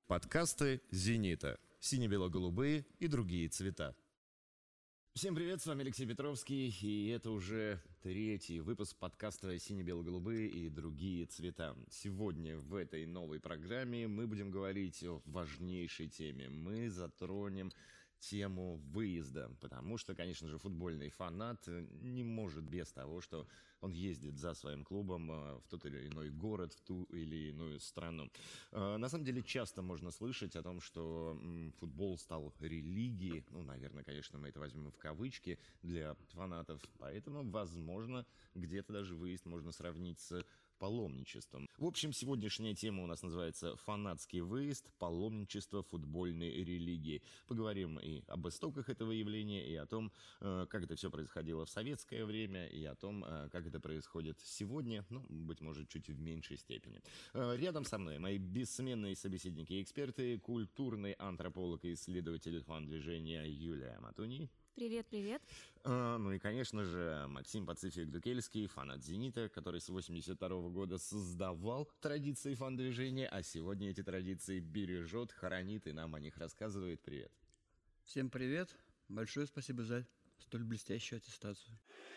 Подкасты «Зенита». Сине-бело-голубые и другие цвета. Всем привет, с вами Алексей Петровский, и это уже третий выпуск подкаста «Сине-бело-голубые и другие цвета». Сегодня в этой новой программе мы будем говорить о важнейшей теме. Мы затронем тему выезда, потому что, конечно же, футбольный фанат не может без того, что он ездит за своим клубом в тот или иной город, в ту или иную страну. На самом деле, часто можно слышать о том, что футбол стал религией, наверное, конечно, мы это возьмем в кавычки, для фанатов, поэтому, возможно, где-то даже выезд можно сравнить с паломничеством. В общем, сегодняшняя тема у нас называется «Фанатский выезд. Паломничество футбольной религии». Поговорим и об истоках этого явления, и о том, как это все происходило в советское время, и о том, как это происходит сегодня, быть может, чуть в меньшей степени. Рядом со мной мои бессменные собеседники и эксперты, культурный антрополог и исследователь фан-движения Юлия Матуни. Привет, привет. И, конечно же, Максим Пацифик-Дукельский, фанат «Зенита», который с 1982 года создавал традиции фан-движения, а сегодня эти традиции бережет, хранит и нам о них рассказывает. Привет. Всем привет. Большое спасибо за столь блестящую аттестацию.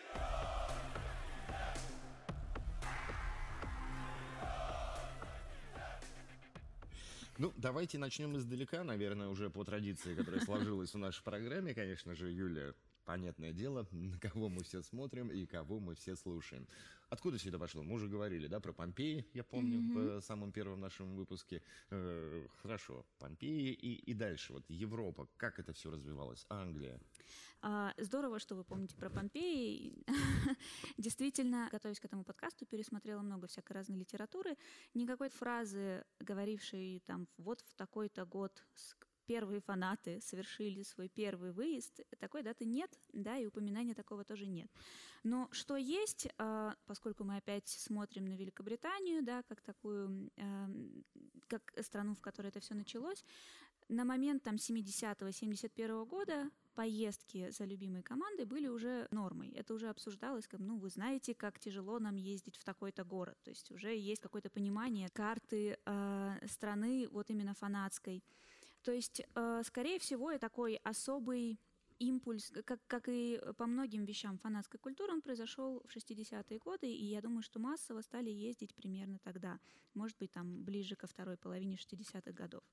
Давайте начнем издалека, наверное, уже по традиции, которая сложилась в нашей программе. Конечно же, Юля, понятное дело, на кого мы все смотрим и кого мы все слушаем. Откуда все это пошло? Мы уже говорили, про Помпеи, я помню, в самом первом нашем выпуске. Хорошо, Помпеи и дальше. Европа, как это все развивалось? Англия. Здорово, что вы помните про Помпеи. Действительно, готовясь к этому подкасту, пересмотрела много всякой разной литературы. Никакой фразы, говорившей вот в такой-то год первые фанаты совершили свой первый выезд, такой даты нет, и упоминания такого тоже нет. Но что есть, поскольку мы опять смотрим на Великобританию, как такую, как страну, в которой это все началось, на момент 70-71 года поездки за любимой командой были уже нормой. Это уже обсуждалось, вы знаете, как тяжело нам ездить в такой-то город. То есть уже есть какое-то понимание карты страны, именно фанатской. То есть, скорее всего, такой особый импульс, как и по многим вещам фанатской культуры, он произошел в 60-е годы, и я думаю, что массово стали ездить примерно тогда, может быть, ближе ко второй половине 60-х годов.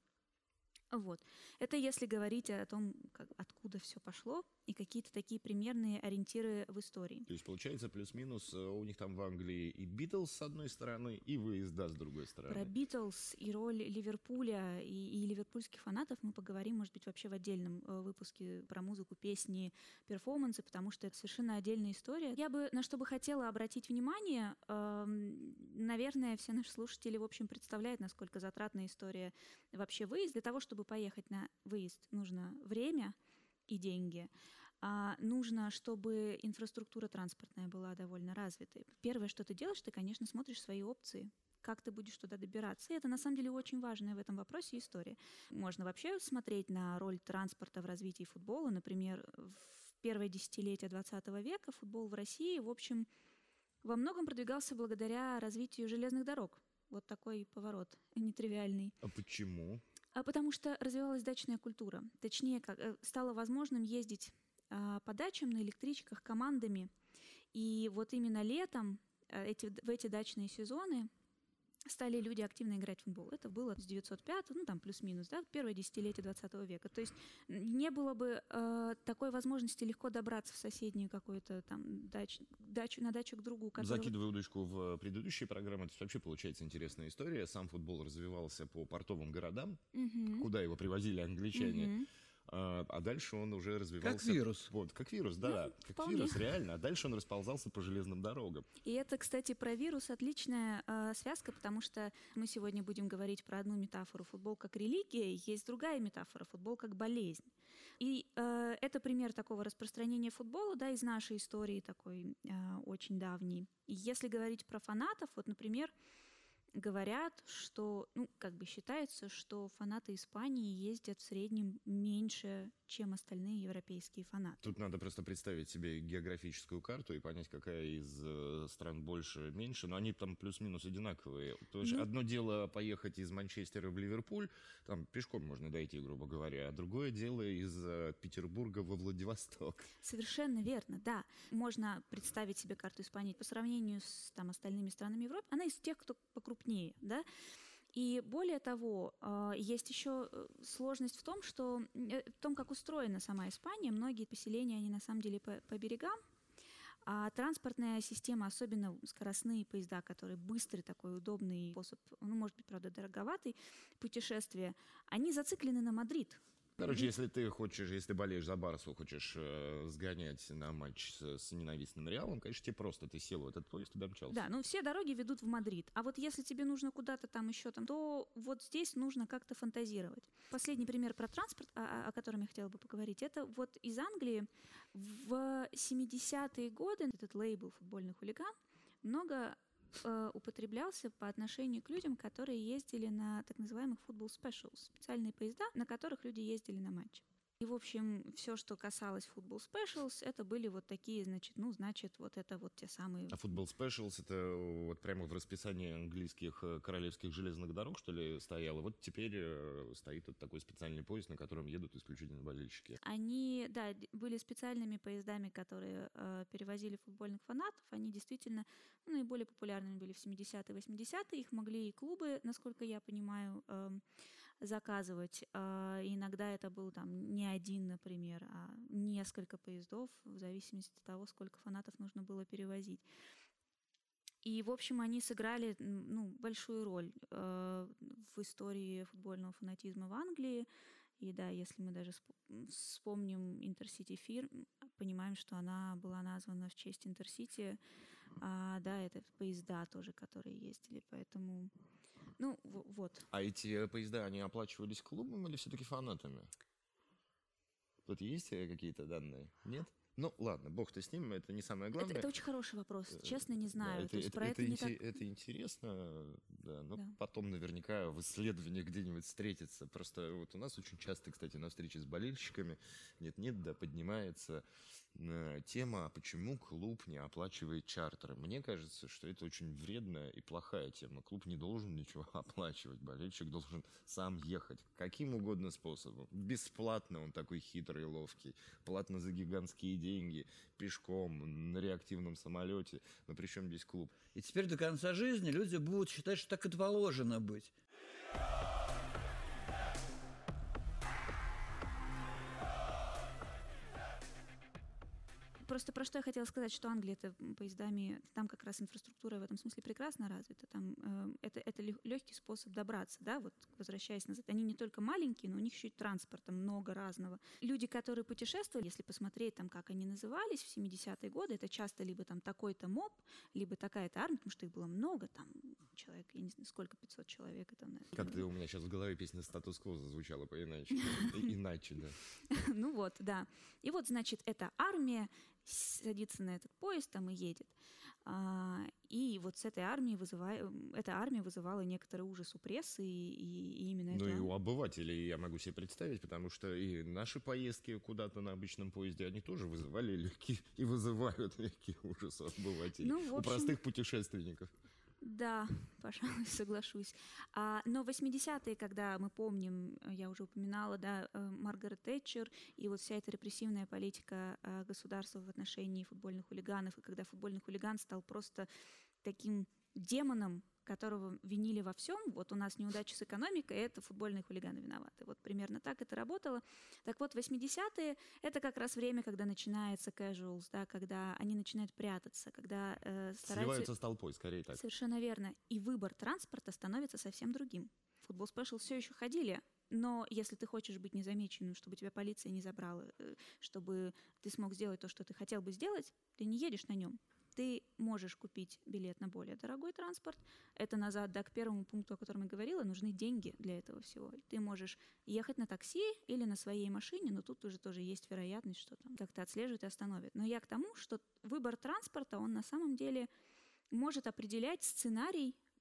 Это если говорить о том, откуда все пошло, и какие-то такие примерные ориентиры в истории. То есть, получается, плюс-минус у них там в Англии и Битлз с одной стороны, и выезда с другой стороны. Про Битлз и роль Ливерпуля и ливерпульских фанатов мы поговорим, может быть, вообще в отдельном выпуске про музыку, песни, перформансы, потому что это совершенно отдельная история. Я бы на что бы хотела обратить внимание, наверное, все наши слушатели, в общем, представляют, насколько затратная история вообще выезд. Для того, чтобы поехать на выезд, нужно время и деньги. Нужно, чтобы инфраструктура транспортная была довольно развитой. Первое, что ты делаешь, ты, конечно, смотришь свои опции, как ты будешь туда добираться. И это, на самом деле, очень важная в этом вопросе история. Можно вообще смотреть на роль транспорта в развитии футбола. Например, в первое десятилетие 20 века футбол в России, в общем, во многом продвигался благодаря развитию железных дорог. Вот такой поворот нетривиальный. А почему? Потому что развивалась дачная культура. Точнее, стало возможным ездить по дачам на электричках командами. И именно летом, в эти дачные сезоны, стали люди активно играть в футбол. Это было с 905, плюс-минус, первое десятилетие 20 века. То есть не было бы такой возможности легко добраться в соседнюю какую-то на дачу к другу. Закидываю удочку в предыдущие программы. То есть вообще получается интересная история. Сам футбол развивался по портовым городам, куда его привозили англичане. А дальше он уже развивался... Как вирус. Как вирус, да. Как вирус, реально. А дальше он расползался по железным дорогам. И это, кстати, про вирус отличная связка, потому что мы сегодня будем говорить про одну метафору. Футбол как религия, есть другая метафора. Футбол как болезнь. И это пример такого распространения футбола, из нашей истории такой очень давней. И если говорить про фанатов, например, говорят, что, считается, что фанаты Испании ездят в среднем меньше, чем остальные европейские фанаты. Тут надо просто представить себе географическую карту и понять, какая из стран больше, меньше, но они там плюс-минус одинаковые. То есть одно дело поехать из Манчестера в Ливерпуль, там пешком можно дойти, грубо говоря, а другое дело из Петербурга во Владивосток. Совершенно верно, да. Можно представить себе карту Испании по сравнению с остальными странами Европы. Она из тех, кто покрупнее, да. И более того, есть еще сложность в том, как устроена сама Испания. Многие поселения, они на самом деле по берегам, а транспортная система, особенно скоростные поезда, которые быстрый такой удобный способ, может быть, правда, дороговатый, путешествия, они зациклены на Мадрид. Короче, если болеешь за Барсу, хочешь сгонять на матч с ненавистным Реалом, конечно, тебе просто, ты сел в этот поезд и домчался. Да, все дороги ведут в Мадрид. А вот если тебе нужно куда-то то вот здесь нужно как-то фантазировать. Последний пример про транспорт, о котором я хотела бы поговорить, это вот из Англии в 70-е годы этот лейбл «футбольный хулиган» много употреблялся по отношению к людям, которые ездили на так называемых football specials, специальные поезда, на которых люди ездили на матчи. И, в общем, все, что касалось Football Specials, это были вот такие, вот это вот те самые... А Football Specials это вот прямо в расписании английских королевских железных дорог, что ли, стояло? Вот теперь стоит вот такой специальный поезд, на котором едут исключительно болельщики. Они, да, были специальными поездами, которые перевозили футбольных фанатов. Они действительно наиболее популярными были в 70-е, 80-е. Их могли и клубы, насколько я понимаю, заказывать. Иногда это был не один, например, а несколько поездов, в зависимости от того, сколько фанатов нужно было перевозить. И, в общем, они сыграли большую роль в истории футбольного фанатизма в Англии. И да, если мы даже вспомним Интерсити Фир, понимаем, что она была названа в честь Интерсити. Да, это поезда тоже, которые ездили, поэтому... вот. А эти поезда, они оплачивались клубом или все-таки фанатами? Тут есть какие-то данные? Нет? Ну, ладно, бог-то с ним, это не самое главное. Это очень хороший вопрос, честно, не знаю. Да, это интересно, да, но да. Потом наверняка в исследовании где-нибудь встретится. Просто вот у нас очень часто, кстати, на встрече с болельщиками поднимается тема, почему клуб не оплачивает чартеры. Мне кажется, что это очень вредная и плохая тема. Клуб не должен ничего оплачивать, болельщик должен сам ехать. Каким угодно способом. Бесплатно, он такой хитрый и ловкий. Платно за гигантские деньги, пешком, на реактивном самолете. Но при чем здесь клуб? И теперь до конца жизни люди будут считать, что так и положено быть. Просто про что я хотела сказать, что Англия это поездами, там как раз инфраструктура в этом смысле прекрасно развита, там это легкий способ добраться, да, вот возвращаясь назад. Они не только маленькие, но у них еще и транспорта много разного. Люди, которые путешествовали, если посмотреть как они назывались в 70-е годы, это часто либо такой-то МОП, либо такая-то армия, потому что их было много, человек, я не знаю, сколько, 500 человек. Как-то у меня сейчас в голове песня «Статус-кво» зазвучала по-иначе. Иначе, да. Ну вот, да. И вот, значит, эта армия садится на этот поезд и едет. И вот с эта армия вызывала некоторый ужас у прессы, и именно это... Ну и у обывателей я могу себе представить, потому что и наши поездки куда-то на обычном поезде, они тоже вызывали легкий и вызывают легкий ужас у обывателей, у простых путешественников. Да, пожалуй, соглашусь. Но 80-е, когда мы помним, я уже упоминала, да, Маргарет Тэтчер и вот вся эта репрессивная политика государства в отношении футбольных хулиганов, и когда футбольный хулиган стал просто таким демоном, которого винили во всем, вот у нас неудача с экономикой, это футбольные хулиганы виноваты. Вот примерно так это работало. Так вот, 80-е — это как раз время, когда начинается casuals, да, когда они начинают прятаться, когда стараются... Сливаются с толпой, скорее так. Совершенно верно. И выбор транспорта становится совсем другим. Футбол спешл все еще ходили, но если ты хочешь быть незамеченным, чтобы тебя полиция не забрала, чтобы ты смог сделать то, что ты хотел бы сделать, ты не едешь на нем. Ты можешь купить билет на более дорогой транспорт. Это назад, да, к первому пункту, о котором я говорила, нужны деньги для этого всего. Ты можешь ехать на такси или на своей машине, но тут уже тоже есть вероятность, что там как-то отслеживают и остановят. Но я к тому, что выбор транспорта, он на самом деле может определять сценарий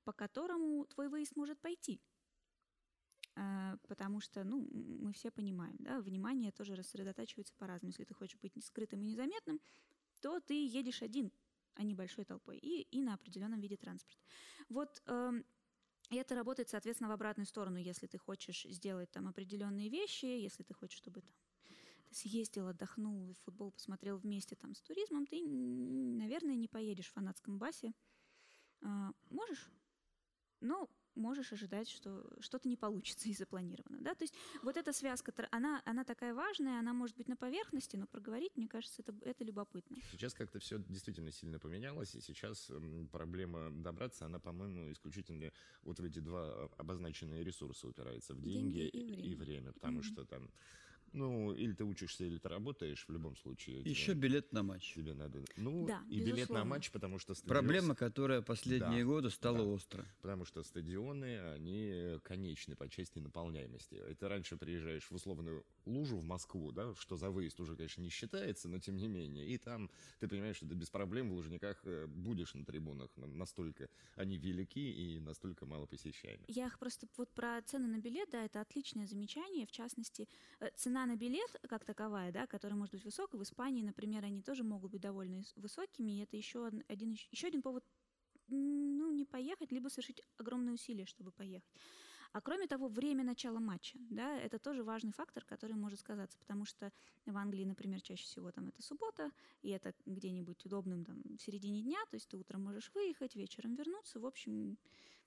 по которому твой выезд может пойти. Потому что, мы все понимаем, да, внимание тоже рассредотачивается по-разному. Если ты хочешь быть скрытым и незаметным, то ты едешь один, а не большой толпой, и на определенном виде транспорта. Вот и это работает, соответственно, в обратную сторону. Если ты хочешь сделать там определенные вещи, если ты хочешь, чтобы там ты съездил, отдохнул, футбол посмотрел вместе там с туризмом, ты, наверное, не поедешь в фанатском басе. Можешь, но можешь ожидать, что что-то не получится из запланированного. Да? То есть вот эта связка, она такая важная, она может быть на поверхности, но проговорить, мне кажется, это любопытно. Сейчас как-то все действительно сильно поменялось, и сейчас проблема добраться, она, по-моему, исключительно вот в эти два обозначенные ресурса упирается, в деньги и время, потому что там, или ты учишься, или ты работаешь, в любом случае. Еще билет на матч. Тебе надо. Да, и билет на матч, потому что стадион... Проблема, которая последние годы стала острой. Потому что стадионы, они конечны по части наполняемости. И ты раньше приезжаешь в условную Лужу в Москву, да, что за выезд уже, конечно, не считается, но тем не менее. И там ты понимаешь, что ты без проблем в Лужниках будешь на трибунах. Настолько они велики и настолько мало посещаемы. Я просто вот про цены на билет, да, это отличное замечание. В частности, цена на билет как таковая, да, которая может быть высокой. В Испании, например, они тоже могут быть довольно высокими, и это еще один повод не поехать, либо совершить огромные усилия, чтобы поехать. А кроме того, время начала матча, да, это тоже важный фактор, который может сказаться, потому что в Англии, например, чаще всего там это суббота, и это где-нибудь удобным там в середине дня, то есть ты утром можешь выехать, вечером вернуться, в общем,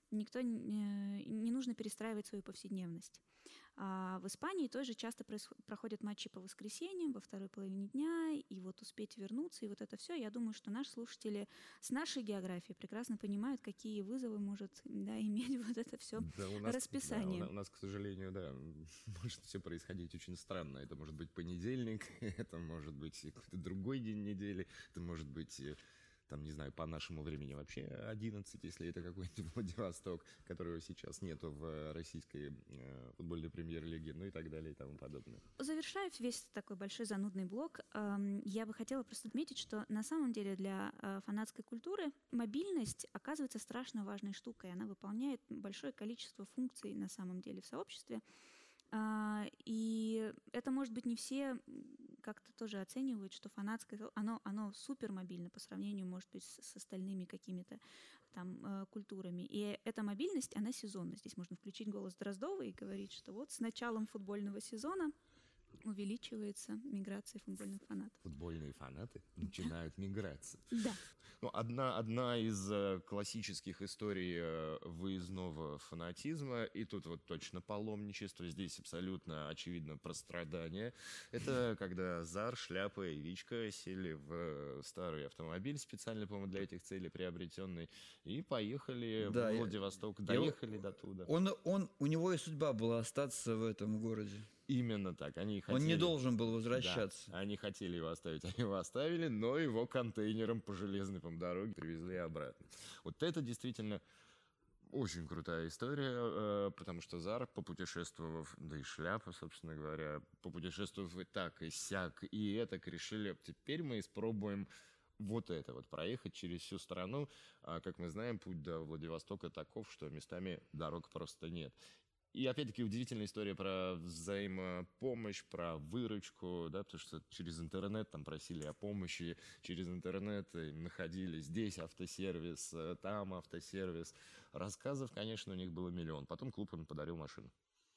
не нужно перестраивать свою повседневность. А в Испании тоже часто проходят матчи по воскресеньям, во второй половине дня, и вот успеть вернуться, и вот это все. Я думаю, что наши слушатели с нашей географией прекрасно понимают, какие вызовы может иметь вот это все расписание. У нас, к сожалению, может все происходить очень странно. Это может быть понедельник, это может быть какой-то другой день недели, это может быть... Там, не знаю, по нашему времени вообще 11, если это какой-нибудь Владивосток, которого сейчас нету в российской футбольной премьер-лиге, и так далее, и тому подобное. Завершая весь такой большой занудный блок, я бы хотела просто отметить, что на самом деле для фанатской культуры мобильность оказывается страшно важной штукой. Она выполняет большое количество функций на самом деле в сообществе. И это, может быть, не все как-то тоже оценивают, что фанатское, оно супер мобильно по сравнению, может быть, с остальными какими-то там культурами. И эта мобильность, она сезонна. Здесь можно включить голос Дроздовой и говорить, что вот с началом футбольного сезона увеличивается миграция футбольных фанатов. Футбольные фанаты начинают миграться. Да. Одна из классических историй выездного фанатизма, и тут вот точно паломничество, здесь абсолютно очевидно про страдания. Это когда Зар, Шляпа и Вичка сели в старый автомобиль, специально, по-моему, для этих целей приобретенный, и поехали в Владивосток, доехали до туда. У него и судьба была остаться в этом городе. Именно так. Он не должен был возвращаться. Да, они хотели его оставить, они его оставили, но его контейнером по железной дороге привезли обратно. Вот это действительно очень крутая история, потому что Зар, попутешествовав, да и Шляпа, собственно говоря, попутешествовав и так, и сяк, и этак, решили, теперь мы испробуем вот это вот, проехать через всю страну. Как мы знаем, путь до Владивостока таков, что местами дорог просто нет. И опять-таки удивительная история про взаимопомощь, про выручку, да, потому что через интернет там просили о помощи, через интернет находили здесь автосервис, там автосервис. Рассказов, конечно, у них было миллион. Потом клуб им подарил машину.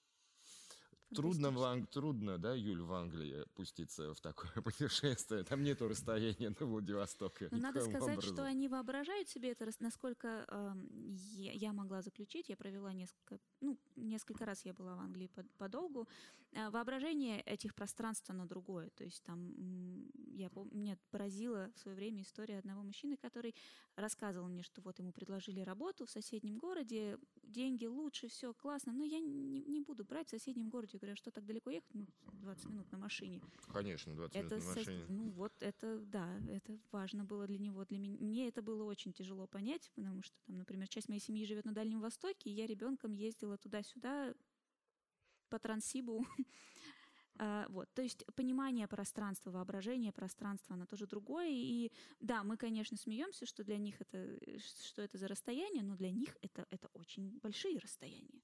Трудно, да, Юль, в Англии пуститься в такое путешествие. Там нету расстояния до Владивостока. Но надо сказать, что они воображают себе это, насколько я могла заключить. Я провела несколько раз я была в Англии подолгу. Воображение этих пространств, оно другое. То есть там меня поразила в свое время история одного мужчины, который рассказывал мне, что вот ему предложили работу в соседнем городе, деньги лучше, все классно, но я не буду брать в соседнем городе. Я говорю, что так далеко ехать? 20 минут на машине. Конечно, 20 минут на машине. Это важно было для него. Для меня. Мне это было очень тяжело понять, потому что, там, например, часть моей семьи живет на Дальнем Востоке, и я ребенком ездила туда-сюда по Транссибу Вот, то есть понимание пространства, воображение пространства, оно тоже другое. И да, мы, конечно, смеемся, что для них что это за расстояние, но для них это очень большие расстояния.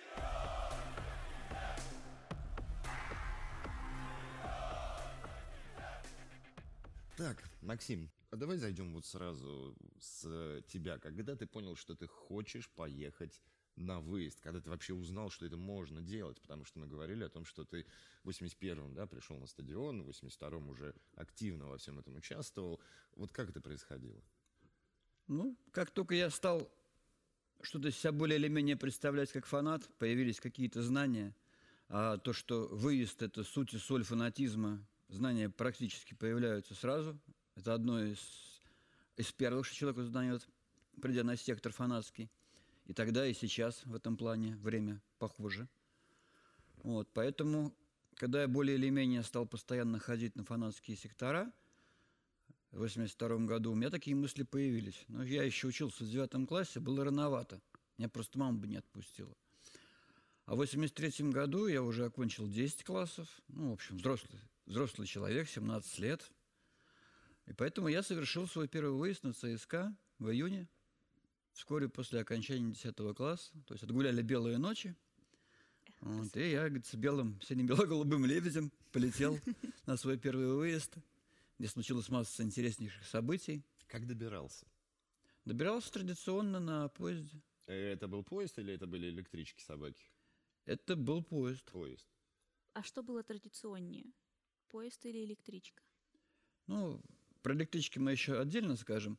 Так, Максим, а давай зайдем вот сразу с тебя. Когда ты понял, что ты хочешь поехать на выезд? Когда ты вообще узнал, что это можно делать? Потому что мы говорили о том, что ты в 81-м, да, пришел на стадион, в 82-м уже активно во всем этом участвовал. Вот как это происходило? Ну, как только я стал что-то из себя более или менее представлять как фанат, появились какие-то знания, а то, что выезд – это суть и соль фанатизма, знания практически появляются сразу. Это одно из первых, что человек узнает, придя на сектор фанатский. И тогда, и сейчас в этом плане время похоже. Вот, поэтому, когда я более или менее стал постоянно ходить на фанатские сектора, в 1982 году у меня такие мысли появились. Но я еще учился в 9 классе, было рановато. Меня просто мама бы не отпустила. А в 1983 году я уже окончил 10 классов. Ну, в общем, взрослый человек, 17 лет. И поэтому я совершил свой первый выезд на ЦСКА в июне, вскоре после окончания 10 класса. То есть отгуляли белые ночи. Вот, и я, говорится, сине-бело-голубым лебедем полетел на свой первый выезд, где случилась масса интереснейших событий. Как добирался? Добирался традиционно на поезде. Это был поезд или это были электрички-собаки? Это был поезд. Поезд. А что было традиционнее? Поезд или электричка? Ну, про электрички мы еще отдельно скажем.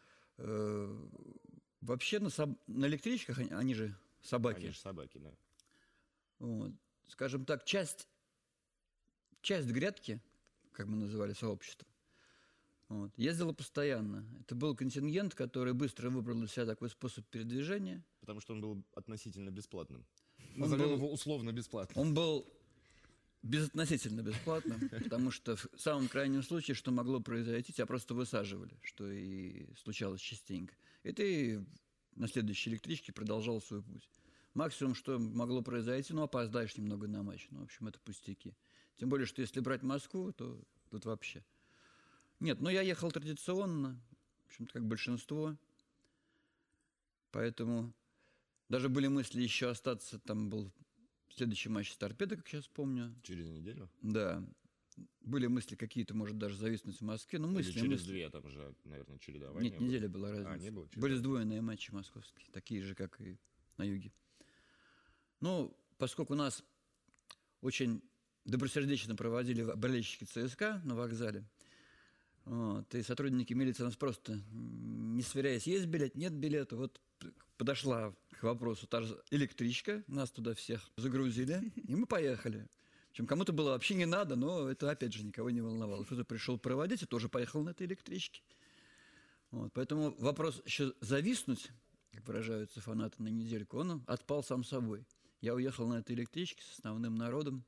Вообще на электричках они же собаки. Они же собаки, да. Вот. Скажем так, часть грядки, как мы называли сообщество, вот, ездила постоянно. Это был контингент, который быстро выбрал для себя такой способ передвижения. Потому что он был относительно бесплатным. Он Назовем был- его условно бесплатным. Он был безотносительно бесплатным, потому что в самом крайнем случае, что могло произойти, тебя просто высаживали, что и случалось частенько. И ты на следующей электричке продолжал свой путь. Максимум, что могло произойти, опоздаешь немного на матч. В общем, это пустяки. Тем более, что если брать Москву, то тут вообще. Нет, я ехал традиционно, в общем-то, как большинство. Поэтому даже были мысли еще остаться. Там был следующий матч с «Торпедо», как сейчас помню. Через неделю? Да. Были мысли какие-то, может, даже зависнуть в Москве. Но Или через две, там же, наверное, чередование. Нет, неделя была разница. не было Были чередования? сдвоенные матчи московские, такие же, как и на юге. Поскольку нас очень добросердечно проводили болельщики ЦСКА на вокзале, и сотрудники милиции нас просто, не сверяясь, есть билет, нет билета, вот подошла к вопросу та же электричка, нас туда всех загрузили, и мы поехали. Причем кому-то было вообще не надо, но это, опять же, никого не волновало. Кто-то пришел проводить и тоже поехал на этой электричке. Поэтому вопрос еще зависнуть, как выражаются фанаты, на недельку, он отпал сам собой. Я уехал на этой электричке с основным народом.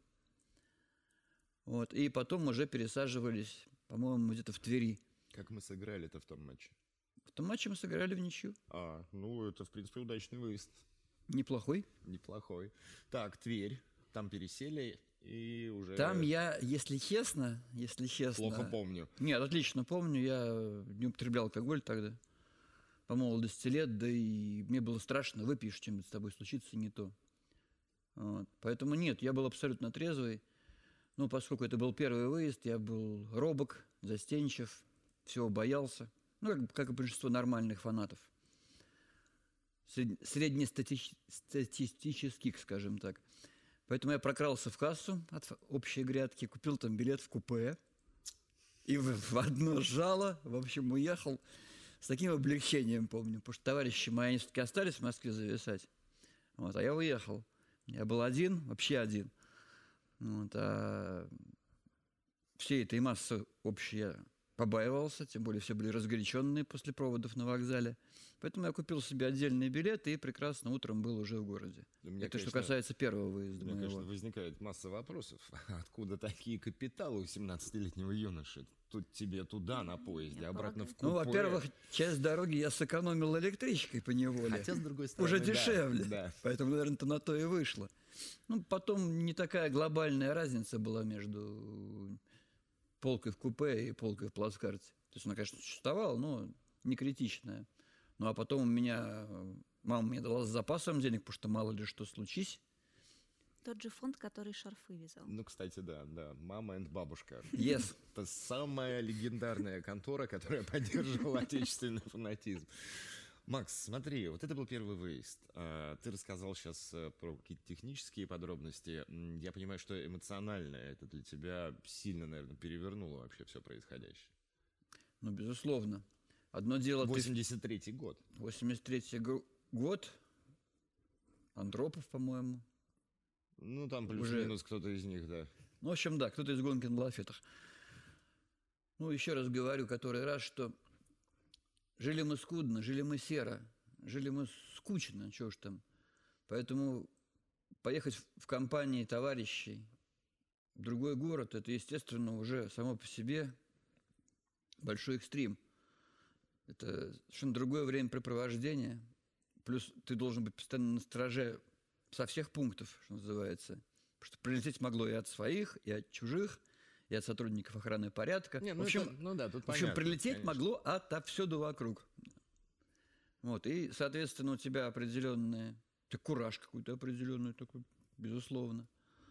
И потом уже пересаживались, по-моему, где-то в Твери. Как мы сыграли-то в том матче? В том матче мы сыграли в ничью. Это, в принципе, удачный выезд. Неплохой. Неплохой. Так, Тверь. Там пересели и уже... Там я, если честно... Плохо помню. Нет, отлично помню. Я не употреблял алкоголь тогда. По молодости лет, да и мне было страшно, выпьешь, что-нибудь с тобой случится, не то. Поэтому нет, я был абсолютно трезвый. Поскольку это был первый выезд, я был робок, застенчив, всего боялся. Как и большинство нормальных фанатов. Среднестатистических, скажем так. Поэтому я прокрался в кассу от общей грядки, купил там билет в купе. И в одно жало, в общем, уехал с таким облегчением, помню. Потому что товарищи мои, они все-таки остались в Москве зависать. А я уехал. Я был один, вообще один. А всей этой массы общей я побаивался, тем более все были разгоряченные после проводов на вокзале. Поэтому я купил себе отдельный билет и прекрасно утром был уже в городе. Это что касается первого выезда моего. Конечно, возникает масса вопросов. Откуда такие капиталы у 17-летнего юноши? Тут тебе туда на поезде, обратно в купе. Во-первых, часть дороги я сэкономил электричкой поневоле. Хотя, с другой стороны, уже дешевле. Да. Поэтому, наверное, на то и вышло. Ну, потом не такая глобальная разница была между полкой в купе и полкой в плацкарте. То есть она, конечно, существовала, но не критичная. Ну, а потом мама мне дала с запасом денег, потому что мало ли что случись. Тот же фонд, который шарфы вязал. Ну, кстати, да. Мама и бабушка. Yes. Это самая легендарная контора, которая поддерживала отечественный фанатизм. Макс, смотри, вот это был первый выезд. Ты рассказал сейчас про какие-то технические подробности. Я понимаю, что эмоционально это для тебя сильно, наверное, перевернуло вообще все происходящее. Ну, безусловно. Одно дело... 83-й год. 83-й год. Андропов, по-моему. Ну, там плюс-минус кто-то из них, да. Ну, в общем, да, кто-то из гонки на лафетах. Ну, еще раз говорю, который раз, что жили мы скудно, жили мы серо, жили мы скучно, чего ж там. Поэтому поехать в компании товарищей в другой город, это, естественно, уже само по себе большой экстрим. Это совершенно другое времяпрепровождение. Плюс ты должен быть постоянно на страже со всех пунктов, что называется. Потому что прилететь могло и от своих, и от чужих, и от сотрудников охраны порядка. Не, в общем, тут в общем, понятно, прилететь конечно. могло отовсюду вокруг. Вот, и, соответственно, у тебя определенный кураж какой-то определенный такой, безусловно.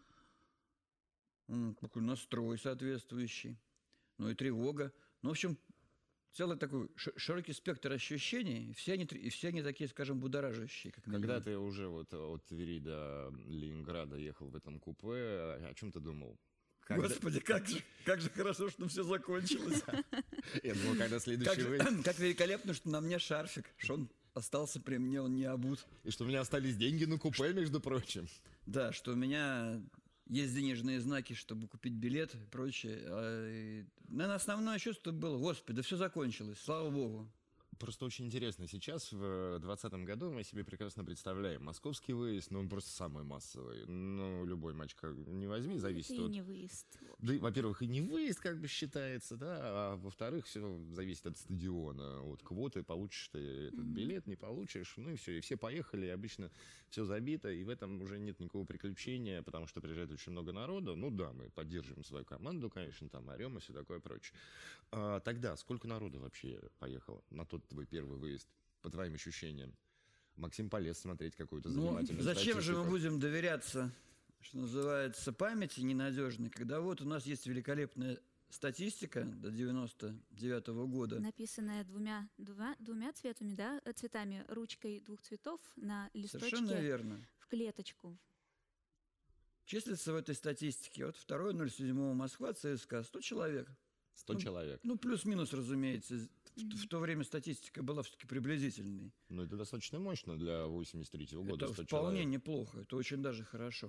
Такой настрой соответствующий. Ну и тревога. Ну, в общем, целый такой широкий спектр ощущений, и все они такие, скажем, будоражащие. Когда ты уже вот от Твери до Ленинграда ехал в этом купе, о чем ты думал? Господи, как же хорошо, что все закончилось. Я думал, когда следующий выезд. Как великолепно, что на мне шарфик, что он остался при мне, он не обут. И что у меня остались деньги на купе, между прочим. Да, что у меня есть денежные знаки, чтобы купить билет и прочее. Наверное, основное чувство было: Господи, да все закончилось, слава Богу. Просто очень интересно. Сейчас, в 2020 году, мы себе прекрасно представляем московский выезд, но он просто самый массовый. Ну, любой матч как не возьми, зависит Это и от... не выезд. Да, во-первых, и не выезд как бы считается, да, а во-вторых, все зависит от стадиона, от квоты, получишь ты этот билет, не получишь, ну и все, и все поехали, и обычно все забито, и в этом уже нет никакого приключения, потому что приезжает очень много народу. Ну да, мы поддерживаем свою команду, конечно, там орем и все такое прочее. Тогда сколько народу вообще поехало на тот твой первый выезд, по твоим ощущениям? Максим полез смотреть какую-то занимательную Зачем же мы статистику. будем доверяться, что называется, памяти ненадежной, когда вот у нас есть великолепная статистика до 99 года. Написанная двумя цветами, да, цветами, ручкой двух цветов на листочке. Совершенно верно. В клеточку. Числится в этой статистике от 2.07 Москва, ЦСКА, 100 человек. 100 человек. Ну, плюс-минус, разумеется. В то время статистика была все-таки приблизительной. Ну, это достаточно мощно для 83-го года. Это 100 вполне человек. неплохо, это очень даже хорошо.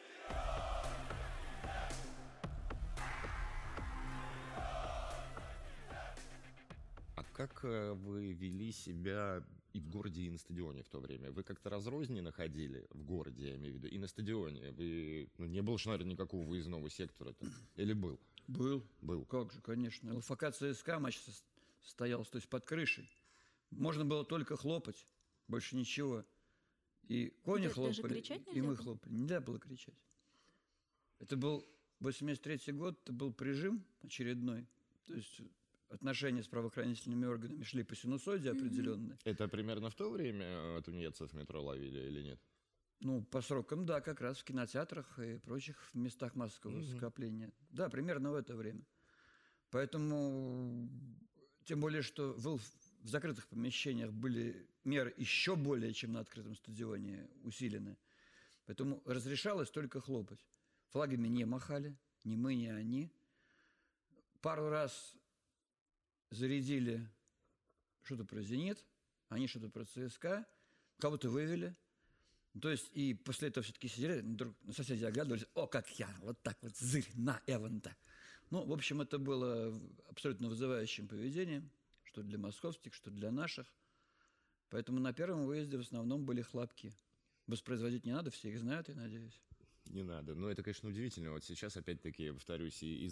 А как вы вели себя и в городе, и на стадионе в то время? Вы как-то разрозненно ходили в городе, я имею в виду, и на стадионе? Вы, не было же, наверное, никакого выездного сектора-то? Или был? Был. Как же, конечно. ЛФК ЦСКА матч состоялся, то есть под крышей. Можно было только хлопать, больше ничего. И кони Даже хлопали, кричать и нельзя мы было? хлопали. Нельзя было кричать. Это был 83-й год, это был прижим очередной. То есть отношения с правоохранительными органами шли по синусоиде определенной. Это примерно в то время тунеядцев в метро ловили или нет? Ну, по срокам, да, как раз в кинотеатрах и прочих местах массового скопления. Да, примерно в это время. Поэтому, тем более, что в закрытых помещениях были меры еще более, чем на открытом стадионе, усилены. Поэтому разрешалось только хлопать. Флагами не махали, ни мы, ни они. Пару раз зарядили что-то про «Зенит», они что-то про ЦСКА, кого-то вывели. То есть и после этого все-таки сидели, друг на соседи оглядывались: о, как я, вот так вот, зырь, на Эванта. Ну, в общем, это было абсолютно вызывающим поведением, что для московских, что для наших. Поэтому на первом выезде в основном были хлопки. Воспроизводить не надо, все их знают, я надеюсь. Не надо. Но это, конечно, удивительно. Вот сейчас, опять-таки, повторюсь, из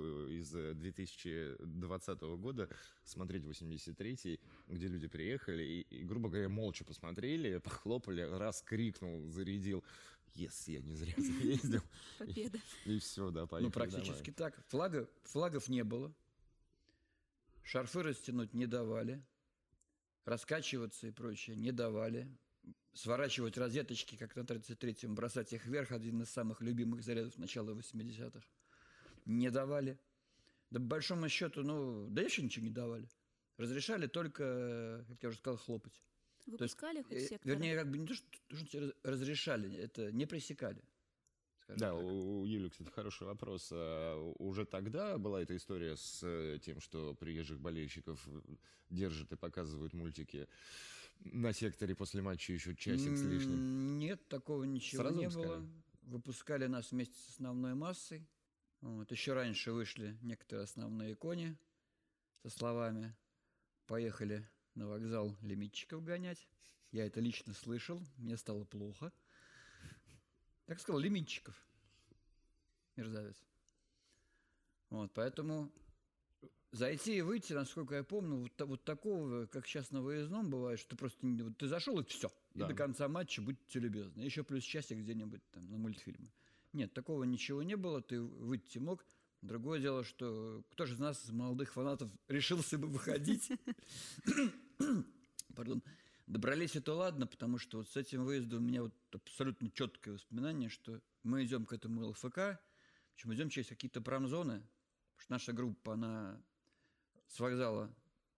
2020 года смотреть 83-й, где люди приехали и, грубо говоря, молча посмотрели, похлопали, раз крикнул, зарядил. Я не зря ездил. Победа. И все, да, поехали Ну, практически домой. так. Флагов не было. Шарфы растянуть не давали. Раскачиваться и прочее не давали. Сворачивать розеточки, как на 33-м, бросать их вверх, один из самых любимых зарядов начала 80-х, не давали. Да, по большому счету, да еще ничего не давали. Разрешали только, как я уже сказал, хлопать. Выпускали хоть сектора? Вернее, как бы не то, что разрешали, это не пресекали. Да, у Юли, кстати, хороший вопрос. Уже тогда была эта история с тем, что приезжих болельщиков держат и показывают мультики на секторе после матча еще часик с лишним? Нет, такого ничего Сразу не выпускали? было. Выпускали нас вместе с основной массой. Вот. Еще раньше вышли некоторые основные кони со словами «Поехали на вокзал лимитчиков гонять». Я это лично слышал, мне стало плохо. Так сказал, лимитчиков. Мерзавец. Вот, поэтому зайти и выйти, насколько я помню, вот такого, как сейчас на выездном бывает, что ты просто ты зашел и все. Да. И до конца матча будьте любезны. Еще плюс часик где-нибудь там на мультфильмы. Нет, такого ничего не было, ты выйти мог. Другое дело, что кто же из нас, из молодых фанатов, решился бы выходить? Пардон. Добрались, это ладно, потому что вот с этим выездом у меня вот абсолютно четкое воспоминание, что мы идем к этому ЛФК, причем идем через какие-то промзоны, потому что наша группа, она с вокзала,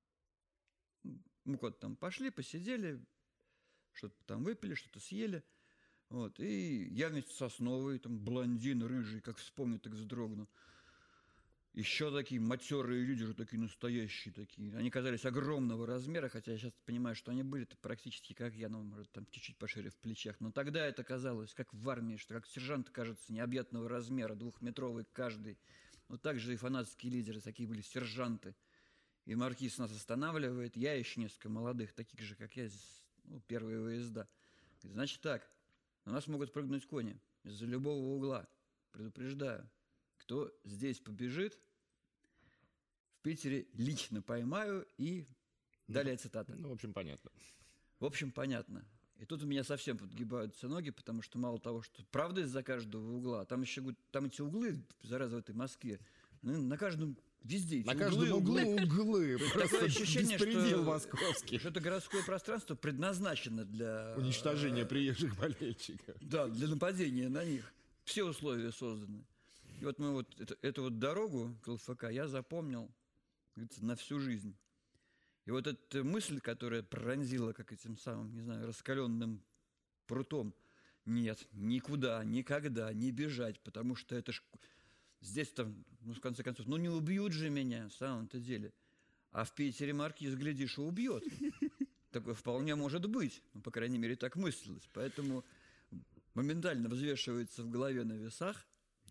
мы куда-то там пошли, посидели, что-то там выпили, что-то съели, вот, и я вместе с Сосновой, там, блондин, рыжий, как вспомню, так вздрогну. Еще такие матерые люди, уже такие настоящие такие. Они казались огромного размера, хотя я сейчас понимаю, что они были практически как я, может, там чуть-чуть пошире в плечах. Но тогда это казалось, как в армии, что как сержант, кажется, необъятного размера, 2-метровый каждый. Вот так же и фанатские лидеры, такие были сержанты. И маркиз нас останавливает, я еще несколько молодых, таких же, как я, первые выезда. Говорит, значит так, на нас могут прыгнуть кони из-за любого угла. Предупреждаю, кто здесь побежит, в Питере лично поймаю и... Далее цитата. В общем, понятно. В общем, понятно. И тут у меня совсем подгибаются ноги, потому что мало того, что правда из-за каждого угла, там еще там эти углы, зараза, в этой Москве, на каждом, везде эти На каждом углу углы. Просто ощущение, беспредел что московский. это городское пространство предназначено для... Уничтожение приезжих болельщиков. Да, для нападения на них. Все условия созданы. И вот мы эту вот дорогу к ЛФК я запомнил, говорится, на всю жизнь. И вот эта мысль, которая пронзила, как этим самым, не знаю, раскаленным прутом, нет, никуда, никогда не бежать, потому что это ж здесь-то, в конце концов, не убьют же меня, в самом-то деле. А в Питере маркиз, глядишь, и убьет. Такое вполне может быть. По крайней мере, так мыслилось. Поэтому моментально взвешивается в голове на весах.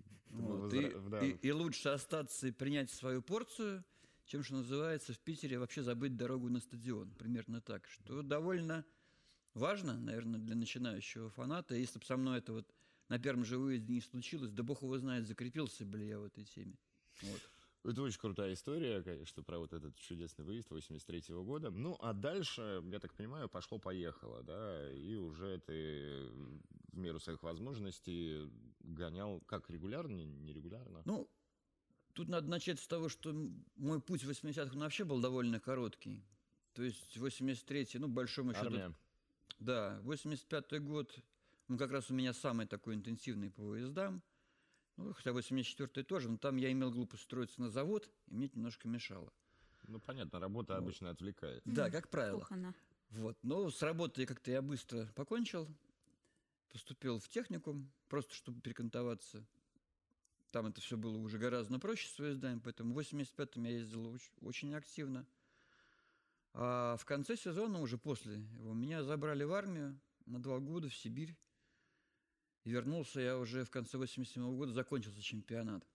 Вот, и лучше остаться и принять свою порцию, чем, что называется, в Питере вообще забыть дорогу на стадион. Примерно так. Что довольно важно, наверное, для начинающего фаната. Если бы со мной это вот на первом же выезде не случилось, да бог его знает, закрепился бы ли я в этой теме. Вот. Это очень крутая история, конечно, про вот этот чудесный выезд 83-го года. Ну, а дальше, я так понимаю, пошло-поехало, да, и уже ты в меру своих возможностей гонял, как, регулярно, нерегулярно? Ну, тут надо начать с того, что мой путь в 80-х вообще был довольно короткий. То есть 83-й, большому счету... Армия. Да, 85-й год, как раз у меня самый такой интенсивный по выездам. Хотя 84-й тоже, но там я имел глупость устроиться на завод, и мне это немножко мешало. Понятно, работа обычно отвлекает. Да, как правило. Кухонна. Вот. Но с работой как-то я быстро покончил, поступил в техникум, просто чтобы перекантоваться. Там это все было уже гораздо проще с выездами, поэтому в 85-м я ездил очень активно. А в конце сезона, уже после его, меня забрали в армию на 2 года в Сибирь. И вернулся я уже в конце 87-го года, закончился чемпионат.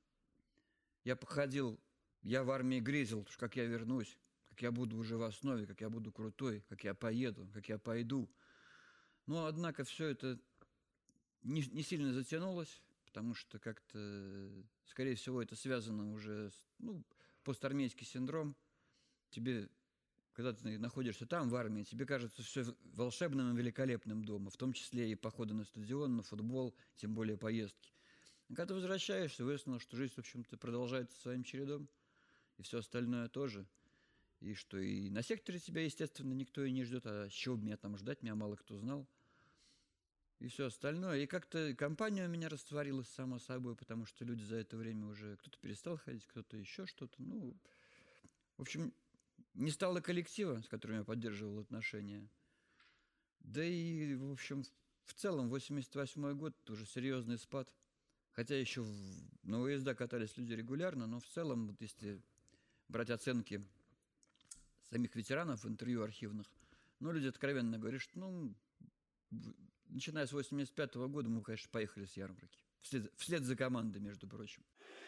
Я походил, я в армии грезил, как я вернусь, как я буду уже в основе, как я буду крутой, как я поеду, как я пойду. Но, однако, все это не сильно затянулось, потому что как-то, скорее всего, это связано уже с постармейский синдром. Тебе, когда ты находишься там, в армии, тебе кажется все волшебным и великолепным дома, в том числе и походы на стадион, на футбол, тем более поездки. А когда ты возвращаешься, выяснилось, что жизнь, в общем-то, продолжается своим чередом, и все остальное тоже. И что и на секторе тебя, естественно, никто и не ждет, а с чего бы меня там ждать, меня мало кто знал. И все остальное. И как-то компания у меня растворилась само собой, потому что люди за это время уже кто-то перестал ходить, кто-то еще что-то. В общем, не стало коллектива, с которым я поддерживал отношения. Да и, в общем, в целом, 88-й год уже серьезный спад. Хотя еще на выезда катались люди регулярно, но в целом, вот если брать оценки самих ветеранов в интервью архивных, люди откровенно говорят, что, начиная с 85-го года мы, конечно, поехали с ярмарки. Вслед за командой, между прочим.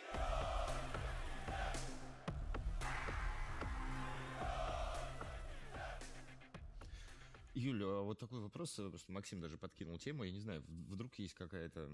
Юля, а вот такой вопрос, потому что Максим даже подкинул тему, я не знаю, вдруг есть какие-то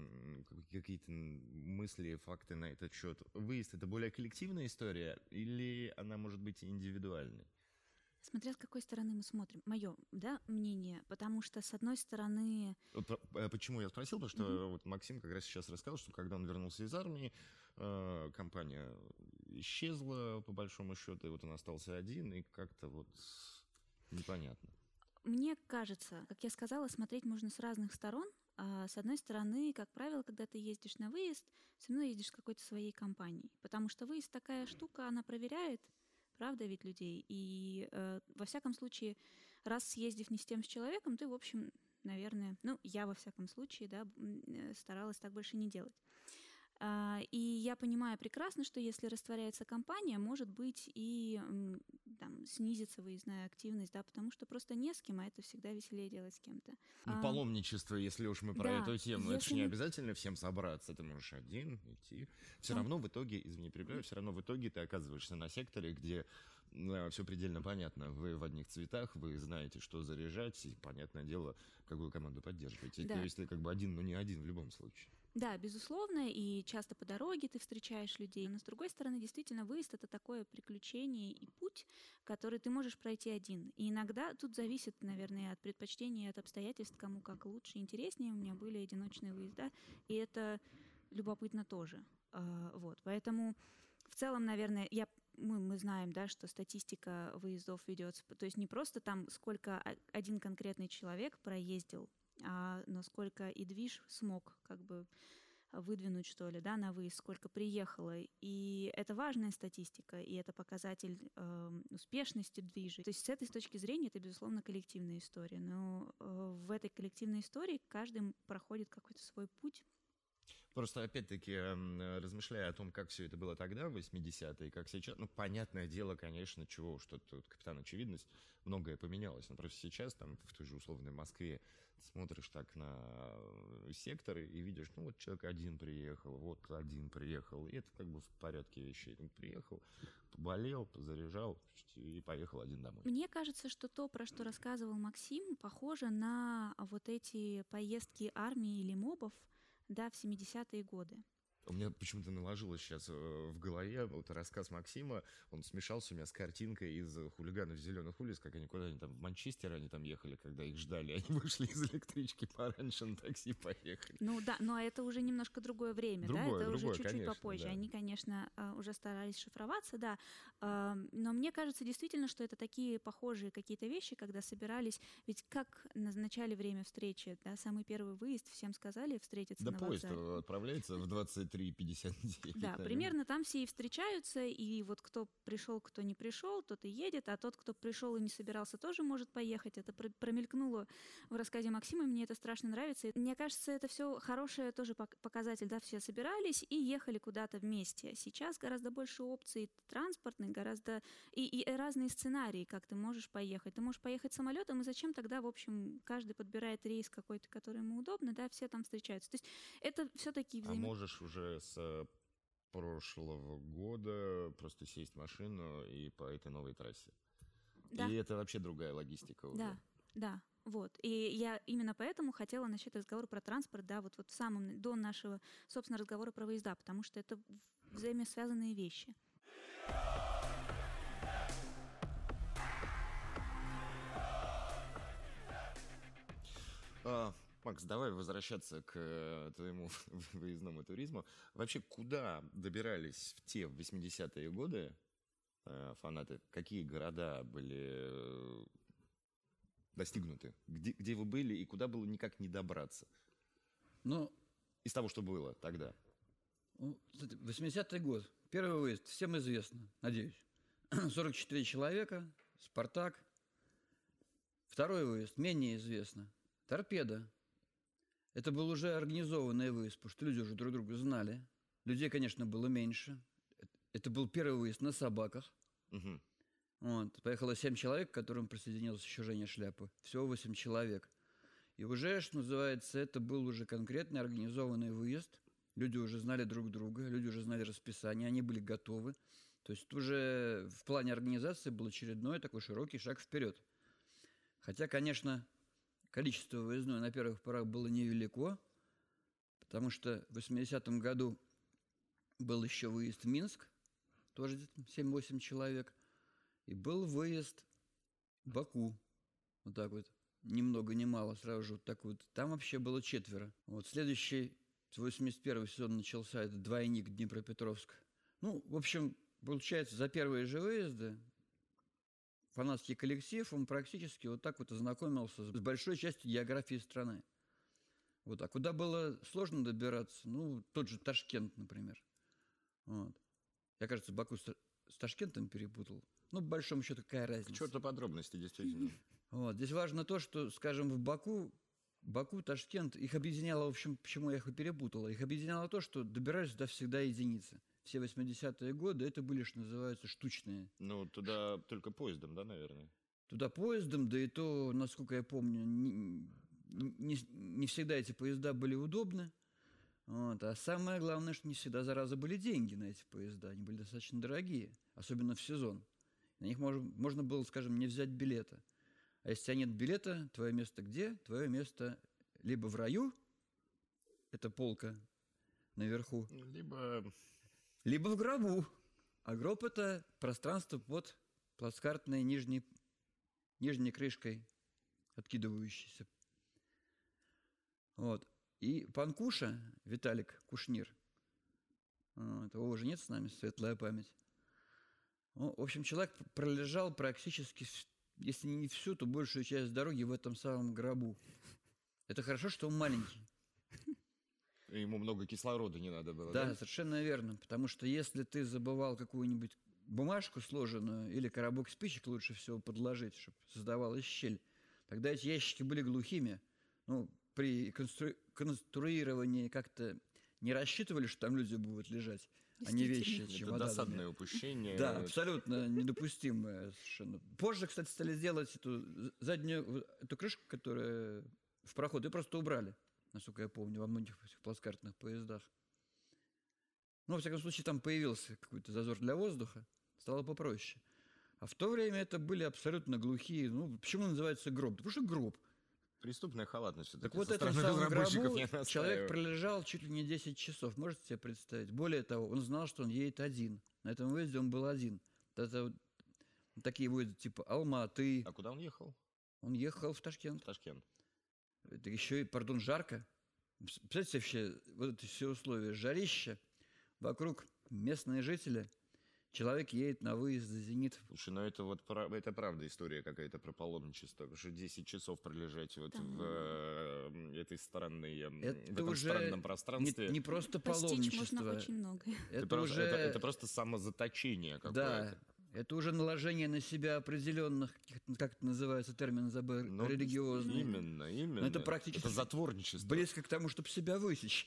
мысли, факты на этот счет. Выезд — это более коллективная история или она может быть индивидуальной? Смотря с какой стороны мы смотрим. Мое, мнение, потому что, с одной стороны... Почему я спросил? Потому что вот Максим как раз сейчас рассказал, что когда он вернулся из армии, компания исчезла, по большому счету, и вот он остался один, и как-то вот непонятно. Мне кажется, как я сказала, смотреть можно с разных сторон. С одной стороны, как правило, когда ты ездишь на выезд, все равно ездишь с какой-то своей компанией, потому что выезд такая штука, она проверяет, правда ведь, людей, и во всяком случае, раз съездив не с тем с человеком, ты, в общем, наверное, я во всяком случае, старалась так больше не делать. И я понимаю прекрасно, что если растворяется компания, может быть и снизится выездная активность, потому что просто не с кем, а это всегда веселее делать с кем-то. Паломничество, если уж мы про эту тему, это же не обязательно всем собраться, ты можешь один идти. Все равно в итоге, извини, перебиваю, все равно в итоге ты оказываешься на секторе, где все предельно понятно. Вы в одних цветах, вы знаете, что заряжать, и, понятное дело, какую команду поддерживаете. То есть ты как бы один, но не один в любом случае. Да, безусловно, и часто по дороге ты встречаешь людей. Но, с другой стороны, действительно, выезд — это такое приключение и путь, который ты можешь пройти один. И иногда тут зависит, наверное, от предпочтений, от обстоятельств, кому как лучше, интереснее. У меня были одиночные выезда, и это любопытно тоже. Поэтому в целом, наверное, мы знаем, что статистика выездов ведется, то есть не просто там, сколько один конкретный человек проездил, но сколько и движ смог как бы выдвинуть, что ли, на выезд, сколько приехало. И это важная статистика, и это показатель успешности движей. То есть с этой точки зрения это, безусловно, коллективная история. Но в этой коллективной истории каждый проходит какой-то свой путь. Просто, опять-таки, размышляя о том, как все это было тогда, в 80-е, как сейчас, понятное дело, конечно, чего уж тут капитан очевидность, многое поменялось. Но просто сейчас, там, в той же условной Москве, ты смотришь так на секторы и видишь, вот человек один приехал, и это как бы в порядке вещей. Он приехал, поболел, позаряжал и поехал один домой. Мне кажется, что то, про что рассказывал Максим, похоже на вот эти поездки армии или мобов, в 70-е годы. У меня почему-то наложилось сейчас в голове рассказ Максима, он смешался у меня с картинкой из «Хулиганов зеленых улиц», как они куда-нибудь там в Манчестер они там ехали, когда их ждали, они вышли из электрички пораньше, на такси поехали. Но это уже немножко другое время, это уже чуть-чуть конечно, попозже. Да. Они, конечно, уже старались шифроваться, но мне кажется действительно, что это такие похожие какие-то вещи, когда собирались, ведь как назначали время встречи, самый первый выезд, всем сказали встретиться на вокзале. Поезд отправляется в 23:59. Да, примерно там все и встречаются, и вот кто пришел, кто не пришел, тот и едет, а тот, кто пришел и не собирался, тоже может поехать. Это промелькнуло в рассказе Максима, мне это страшно нравится. И мне кажется, это все хороший тоже показатель, все собирались и ехали куда-то вместе. Сейчас гораздо больше опций транспортных, гораздо и разные сценарии, как ты можешь поехать. Ты можешь поехать самолетом, и зачем тогда, в общем, каждый подбирает рейс какой-то, который ему удобно, все там встречаются. То есть это все-таки можешь уже с прошлого года просто сесть в машину и по этой новой трассе. Да. И это вообще другая логистика уже. Да. Да, вот. И я именно поэтому хотела начать разговор про транспорт, да, вот в самом, до нашего, собственно, разговора про выезда, потому что это взаимосвязанные вещи. Макс, давай возвращаться к твоему выездному туризму. Вообще, куда добирались в те 80-е годы фанаты? Какие города были достигнуты? Где вы были и куда было никак не добраться? Ну, из того, что было тогда. 80-й год. Первый выезд. Всем известно, надеюсь. 44 человека. «Спартак». Второй выезд. Менее известно. «Торпедо». Это был уже организованный выезд, потому что люди уже друг друга знали. Людей, конечно, было меньше. Это был первый выезд на собаках. Угу. Вот. Поехало 7 человек, к которым присоединился еще Женя Шляпа. Всего 8 человек. И уже, что называется, это был уже конкретный организованный выезд. Люди уже знали друг друга, люди уже знали расписание, они были готовы. То есть уже в плане организации был очередной такой широкий шаг вперед. Хотя, конечно, количество выездное на первых порах было невелико, потому что в 80-м году был еще выезд в Минск, тоже 7-8 человек, и был выезд в Баку, вот так вот, ни много ни мало, сразу же вот так вот. Там вообще было 4. Вот следующий, 81-й сезон начался, это двойник Днепропетровск. Ну, в общем, получается, за первые же выезды фанатский коллектив, он практически вот так вот ознакомился с большой частью географии страны. Вот. А куда было сложно добираться? Ну, тот же Ташкент, например. Вот. Я, кажется, Баку с Ташкентом перепутал. Ну, по большому счету, какая разница? К черту подробности, действительно. Вот. Здесь важно то, что, скажем, в Баку, Ташкент, их объединяло, в общем, почему я их и перепутала, их объединяло то, что добирались туда всегда единицы. Все 80-е годы это были, что называется, штучные. Ну, туда только поездом, да, наверное? Туда поездом, да и то, насколько я помню, не всегда эти поезда были удобны. Вот. А самое главное, что не всегда, зараза, были деньги на эти поезда. Они были достаточно дорогие, особенно в сезон. На них можно было, скажем, не взять билета. А если у тебя нет билета, твое место где? Твое место либо в раю, это полка наверху, либо в гробу. А гроб – это пространство под плацкартной нижней крышкой, откидывающейся. Вот. И Панкуша, Виталик Кушнир, его уже нет с нами, светлая память. Ну, в общем, человек пролежал практически, если не всю, то большую часть дороги в этом самом гробу. Это хорошо, что он маленький. Ему много кислорода не надо было, да? Да, совершенно верно. Потому что если ты забывал какую-нибудь бумажку сложенную или коробок спичек лучше всего подложить, чтобы создавалась щель, тогда эти ящики были глухими. Ну, при конструировании как-то не рассчитывали, что там люди будут лежать, а не вещи. Это досадное упущение. Да, абсолютно недопустимое совершенно. Позже, кстати, стали делать эту заднюю, эту крышку, которая в проход, ее просто убрали, насколько я помню, во многих плацкартных поездах. Ну, во всяком случае, там появился какой-то зазор для воздуха, стало попроще. А в то время это были абсолютно глухие. Ну, почему называется гроб? Потому что гроб. Преступная халатность. Так вот, это самом гробу человек пролежал чуть ли не 10 часов. Можете себе представить? Более того, он знал, что он едет один. На этом выезде он был один. Это вот такие выезды типа Алматы. А куда он ехал? Он ехал в Ташкент. Это еще и, жарко. Представляете вообще, вот эти все условия. Жарища, вокруг местные жители. Человек едет на выезд за «Зенит». Слушай, ну это правда история какая-то про паломничество. Потому что 10 часов пролежать вот в этой странном пространстве. Не просто паломничество. Можно очень многое. Это просто самозаточение какое-то. Да, это уже наложение на себя определенных, как это называется, термин забыл, религиозный. Именно. Но это практически затворничество. Близко к тому, чтобы себя высечь.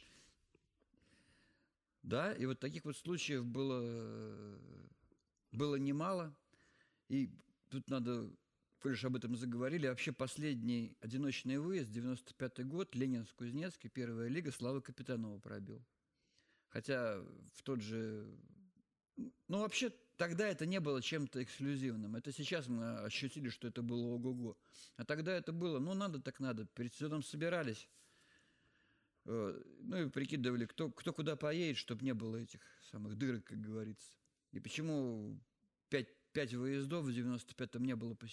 Да, и вот таких вот случаев было немало. И тут надо, коль уж об этом заговорили, вообще последний одиночный выезд, 95-й год, Ленинск-Кузнецкий, первая лига, Слава Капитанова пробил. Хотя в тот же... Ну, вообще, тогда это не было чем-то эксклюзивным. Это сейчас мы ощутили, что это было ого-го. А тогда это было, ну, надо так надо. Перед сезоном собирались, ну, и прикидывали, кто куда поедет, чтобы не было этих самых дырок, как говорится. И почему 5 выездов в 95-м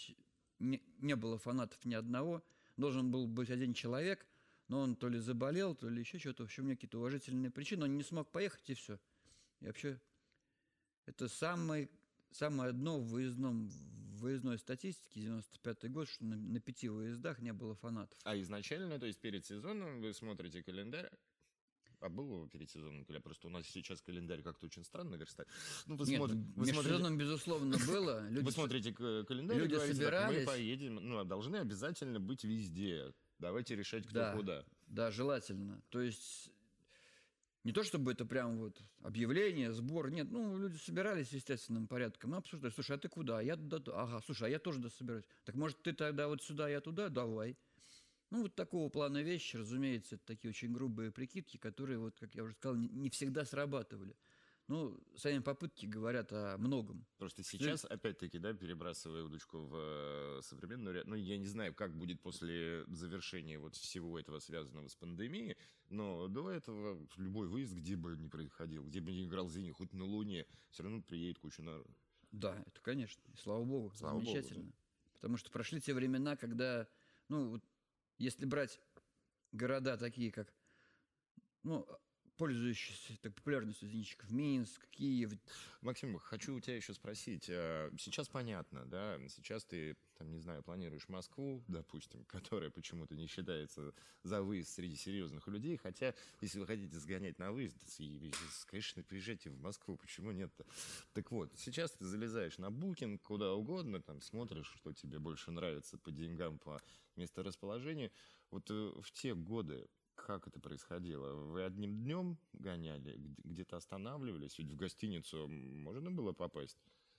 не было фанатов ни одного. Должен был быть один человек, но он то ли заболел, то ли еще что-то. В общем, у меня какие-то уважительные причины. Он не смог поехать, и все. И вообще, это самое дно в выездной статистике 95-й год, что на 5 выездах не было фанатов. А изначально, то есть перед сезоном вы смотрите календарь? А было перед сезоном? Просто у нас сейчас календарь как-то очень странно верстать. Ну, между сезоном, безусловно, было. Вы смотрите календарь люди и говорите, собирались. мы поедем, ну, должны обязательно быть везде. Давайте решать, кто куда. Да, желательно. То есть не то, чтобы это прям вот объявление, сбор. Нет, ну, люди собирались естественным порядком. Ну, обсуждали. Слушай, а ты куда? Я туда. Ага, слушай, а я тоже туда собираюсь. Так может, ты тогда вот сюда, я туда? Давай. Ну, вот такого плана вещи, разумеется, это такие очень грубые прикидки, которые, вот, как я уже сказал, не всегда срабатывали. Ну, сами попытки говорят о многом. Просто сейчас, опять-таки, да, перебрасывая удочку в современную... Ну, я не знаю, как будет после завершения вот всего этого, связанного с пандемией, но до этого любой выезд, где бы ни происходил, где бы ни играл «Зенит», хоть на Луне, все равно приедет куча народа. Да, это, конечно. И слава богу, замечательно. Богу, да. Потому что прошли те времена, когда, ну, вот, если брать города такие, как, ну, пользующиеся так популярностью зенитчиков, Минск, Киев. Максим, хочу у тебя еще спросить. Сейчас понятно, да? Сейчас ты, там, не знаю, планируешь Москву, допустим, которая почему-то не считается за выезд среди серьезных людей, хотя, если вы хотите сгонять на выезд, конечно, приезжайте в Москву, почему нет-то? Так вот, сейчас ты залезаешь на Booking, куда угодно, там, смотришь, что тебе больше нравится по деньгам, по месторасположению. Вот в те годы как это происходило? Вы одним днем гоняли, где-то останавливались? Ведь в гостиницу можно было попасть?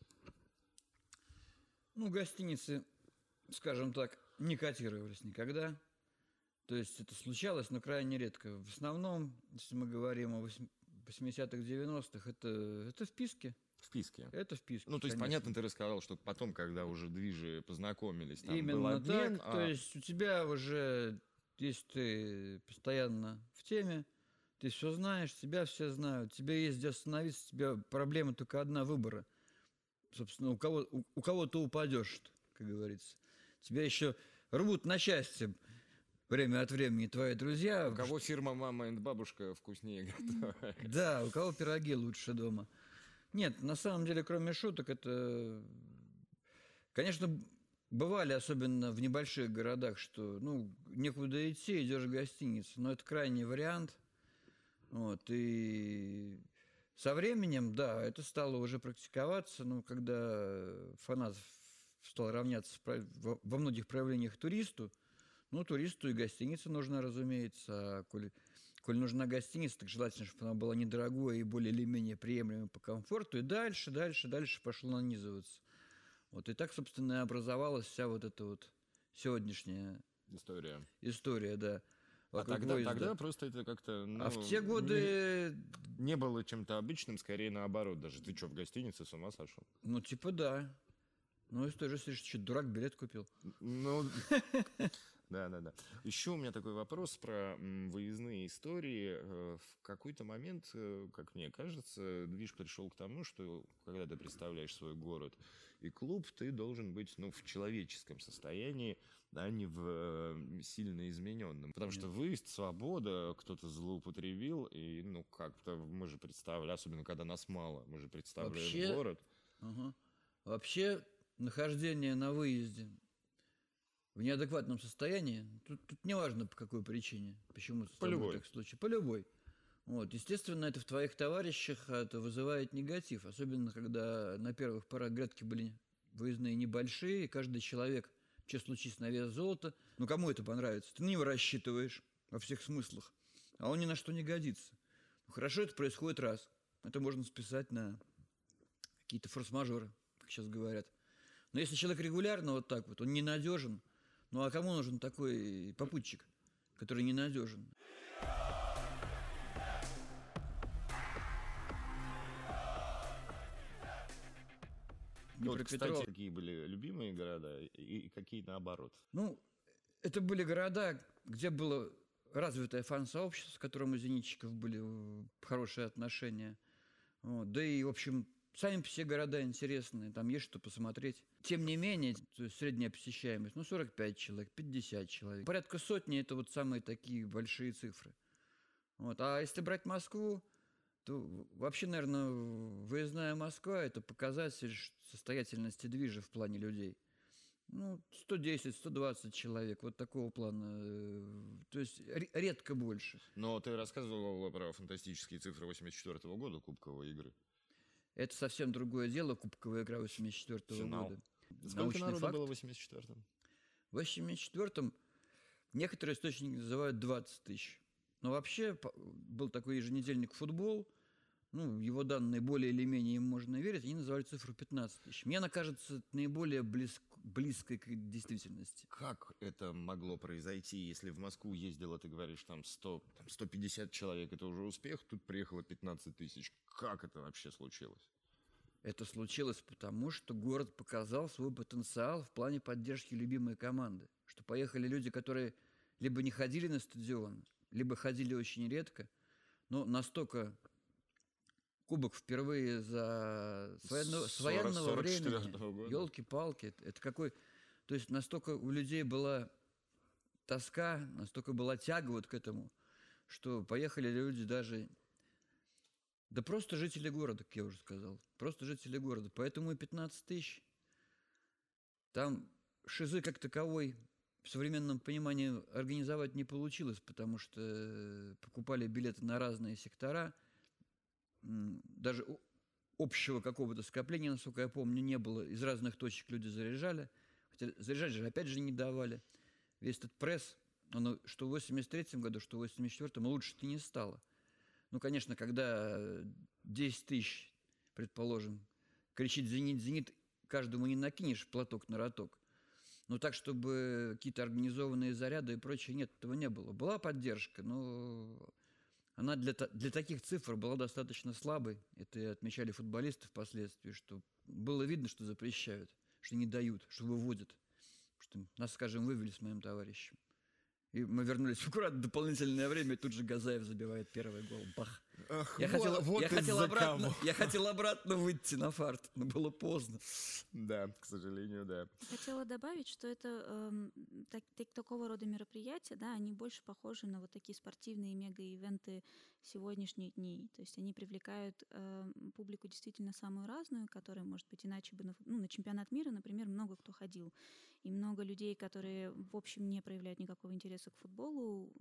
Ну, гостиницы, скажем так, не котировались никогда. То есть это случалось, но крайне редко. В основном, если мы говорим о 80-х, 90-х, это вписки. Вписки? Это вписки. Ну, то есть, конечно. Понятно, ты рассказал, что потом, когда уже движи познакомились, там именно был обмен. Так, то есть у тебя уже... Если ты постоянно в теме, ты все знаешь, тебя все знают, тебе есть где остановиться, у тебя проблема только одна выбора. Собственно, у кого ты упадешь, как говорится. Тебя еще рвут на части время от времени твои друзья. У кого фирма «Мама и бабушка» вкуснее готовит. Да, у кого пироги лучше дома. Нет, на самом деле, кроме шуток, это... Конечно, бывали, особенно в небольших городах, что, ну, некуда идти, идешь в гостиницу. Но это крайний вариант. Вот, и со временем, да, это стало уже практиковаться. Ну, когда фанат стал равняться во многих проявлениях туристу, ну, туристу и гостиница нужна, разумеется. А коль нужна гостиница, так желательно, чтобы она была недорогой и более или менее приемлемой по комфорту. И дальше пошло нанизываться. Вот и так, собственно, и образовалась вся вот эта вот сегодняшняя история, да. А тогда просто это как-то... Ну, а в те годы... Не было чем-то обычным, скорее наоборот. Даже ты что, в гостинице с ума сошел? Ну, типа да. Ну, из той же серии, что дурак билет купил. Ну, да. Еще у меня такой вопрос про выездные истории. В какой-то момент, как мне кажется, движ пришел к тому, что когда ты представляешь свой город и клуб, ты должен быть, ну, в человеческом состоянии, а не в сильно измененном. Потому что выезд, свобода, кто-то злоупотребил, и, ну, как-то мы же представляем, особенно когда нас мало, мы же представляем город. Вообще, нахождение на выезде в неадекватном состоянии, тут не важно по какой причине, почему по любой. Так случай, по любой. Вот, естественно, это в твоих товарищах это вызывает негатив, особенно когда на первых порах грядки были выездные небольшие, и каждый человек, что случись на вес золота, ну кому это понравится? Ты на него рассчитываешь во всех смыслах, а он ни на что не годится. Ну, хорошо, это происходит раз. Это можно списать на какие-то форс-мажоры, как сейчас говорят. Но если человек регулярно вот так вот, он ненадежен, ну а кому нужен такой попутчик, который ненадежен? Днепропетровск. Кстати, какие были любимые города и какие наоборот? Ну, это были города, где было развитое фан-сообщество, с которым у зенитчиков были хорошие отношения. Вот. Да и, в общем, сами все города интересные, там есть что посмотреть. Тем не менее, то есть средняя посещаемость, 45 человек, 50 человек. Порядка сотни – это вот самые такие большие цифры. Вот. А если брать Москву, то вообще, наверное, выездная Москва – это показатель состоятельности движа в плане людей. 110-120 человек, вот такого плана. То есть редко больше. Но ты рассказывал про фантастические цифры 1984 года Кубковой игры. Это совсем другое дело, Кубковая игра 1984 года. Сколько народу было в 1984-м? В 1984-м некоторые источники называют 20 тысяч. Но вообще был такой еженедельник «Футбол», его данные более или менее им можно верить, они называли цифру 15 тысяч. Мне она кажется наиболее близкой к действительности. Как это могло произойти, если в Москву ездило, ты говоришь, там 150 человек, это уже успех, тут приехало 15 тысяч. Как это вообще случилось? Это случилось потому, что город показал свой потенциал в плане поддержки любимой команды. Что поехали люди, которые либо не ходили на стадион, либо ходили очень редко, но настолько кубок впервые с военного времени, елки-палки, это какой... То есть настолько у людей была тоска, настолько была тяга вот к этому, что поехали люди даже... Да просто жители города, как я уже сказал. Просто жители города. Поэтому и 15 тысяч. Там шизы как таковой в современном понимании организовать не получилось, потому что покупали билеты на разные сектора. Даже общего какого-то скопления, насколько я помню, не было. Из разных точек люди заряжали. Хотя заряжать же опять же не давали. Весь этот пресс, что в 1983 году, что в 1984 лучше-то не стало. Конечно, когда 10 тысяч, предположим, кричит «Зенит, Зенит», каждому не накинешь платок на роток. Но так, чтобы какие-то организованные заряды и прочее, нет, этого не было. Была поддержка, но она для таких цифр была достаточно слабой. Это и отмечали футболисты впоследствии, что было видно, что запрещают, что не дают, что выводят. Что нас, скажем, вывели с моим товарищем. И мы вернулись в аккуратно дополнительное время, и тут же Газаев забивает первый гол. Бах. Я хотел обратно выйти на фарт, но было поздно. Да, к сожалению, да. Хотела добавить, что это такого рода мероприятия, да, они больше похожи на вот такие спортивные мега-ивенты сегодняшних дней. То есть они привлекают публику действительно самую разную, которая, может быть, иначе бы на чемпионат мира, например, много кто ходил. И много людей, которые, в общем, не проявляют никакого интереса к футболу,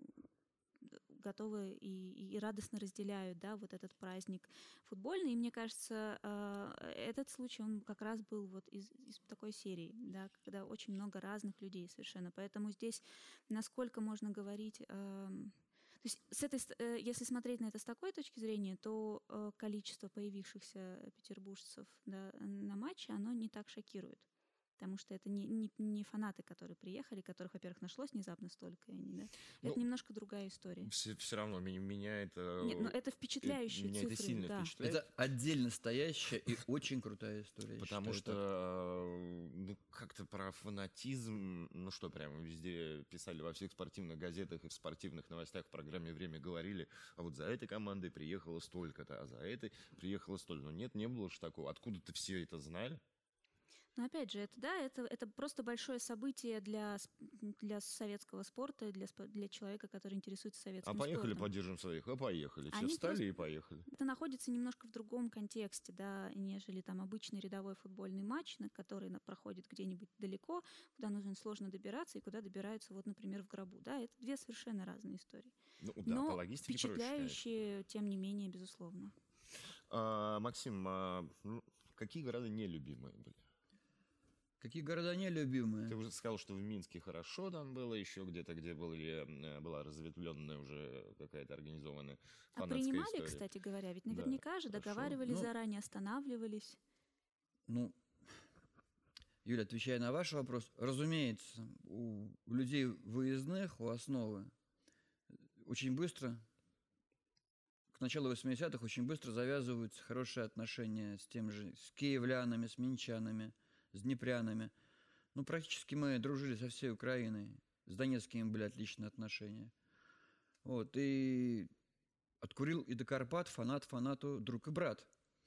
готовы и радостно разделяют, да, вот этот праздник футбольный. И мне кажется, этот случай, он как раз был вот из такой серии, да, когда очень много разных людей совершенно. Поэтому здесь насколько можно говорить... То есть если смотреть на это с такой точки зрения, то количество появившихся петербуржцев, да, на матче, оно не так шокирует. Потому что это не фанаты, которые приехали, которых, во-первых, нашлось внезапно столько. Это немножко другая история. Все равно меня это... Нет, но это впечатляющие меня цифры. Это сильно впечатляет. Это отдельно стоящая и очень крутая история. Потому что как-то про фанатизм, прямо везде писали во всех спортивных газетах и в спортивных новостях в программе «Время» говорили, а вот за этой командой приехало столько-то, а за этой приехало столько. Но нет, не было же такого. Откуда-то все это знали? Но опять же, это просто большое событие для советского спорта, для человека, который интересуется советским спортом. А поехали, поддержим своих, поехали. Все встали и поехали. Это находится немножко в другом контексте, да, нежели там обычный рядовой футбольный матч, который проходит где-нибудь далеко, куда нужно сложно добираться и куда добираются, вот, например, в Гробу. Да, это две совершенно разные истории. Но по логистике впечатляющие, тем не менее, безусловно. Максим, какие города нелюбимые были? Какие города нелюбимые? Ты уже сказал, что в Минске хорошо там было, еще где-то, где была разветвленная уже какая-то организованная фанатская принимали, история. Кстати говоря, ведь наверняка же договаривались заранее, останавливались. Юля, отвечая на ваш вопрос, разумеется, у людей выездных, у основы, очень быстро к началу 80-х очень быстро завязываются хорошие отношения с тем же, с киевлянами, с минчанами, с днепрянами. Ну, практически мы дружили со всей Украиной. С Донецкими были отличные отношения. Вот, и от Курил и до Карпат фанат фанату друг и брат.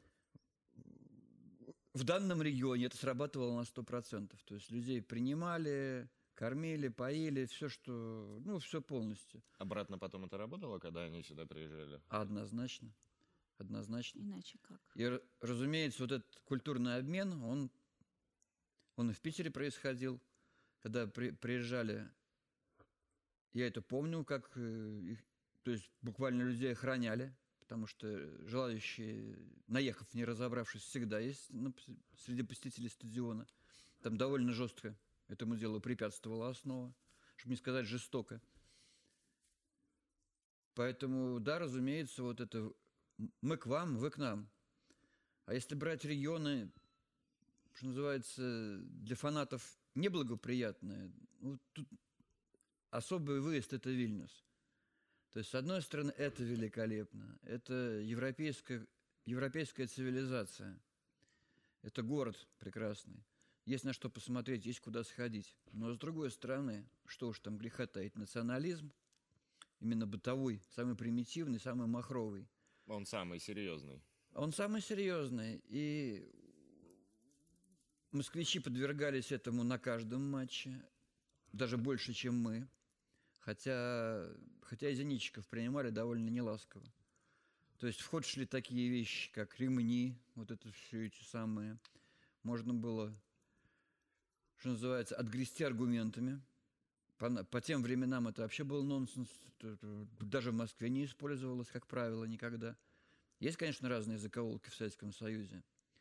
В данном регионе это срабатывало на 100%. То есть людей принимали, кормили, поили, все, что, ну, все полностью. Обратно потом это работало, когда они сюда приезжали? Однозначно. Однозначно. Иначе как? И, разумеется, вот этот культурный обмен, он и в Питере происходил. Когда приезжали, я это помню, как то есть буквально людей охраняли, потому что желающие, наехав, не разобравшись, всегда есть среди посетителей стадиона. Там довольно жестко этому делу препятствовала основа, чтобы не сказать жестоко. Поэтому, да, разумеется, вот это мы к вам, вы к нам. А если брать регионы, что называется, для фанатов неблагоприятные, ну, тут особый выезд – это Вильнюс. То есть, с одной стороны, это великолепно. Это европейская цивилизация. Это город прекрасный. Есть на что посмотреть, есть куда сходить. Но, с другой стороны, что уж там греха таить, национализм, именно бытовой, самый примитивный, самый махровый. Он самый серьезный. Он самый серьезный. И москвичи подвергались этому на каждом матче. Даже больше, чем мы. Хотя и зенитчиков принимали довольно неласково. То есть в ход шли такие вещи, как ремни, вот это все эти самые. Можно было, что называется, отгрести аргументами. По тем временам это вообще был нонсенс. Даже в Москве не использовалось, как правило, никогда. Есть, конечно, разные закоулки в Советском Союзе.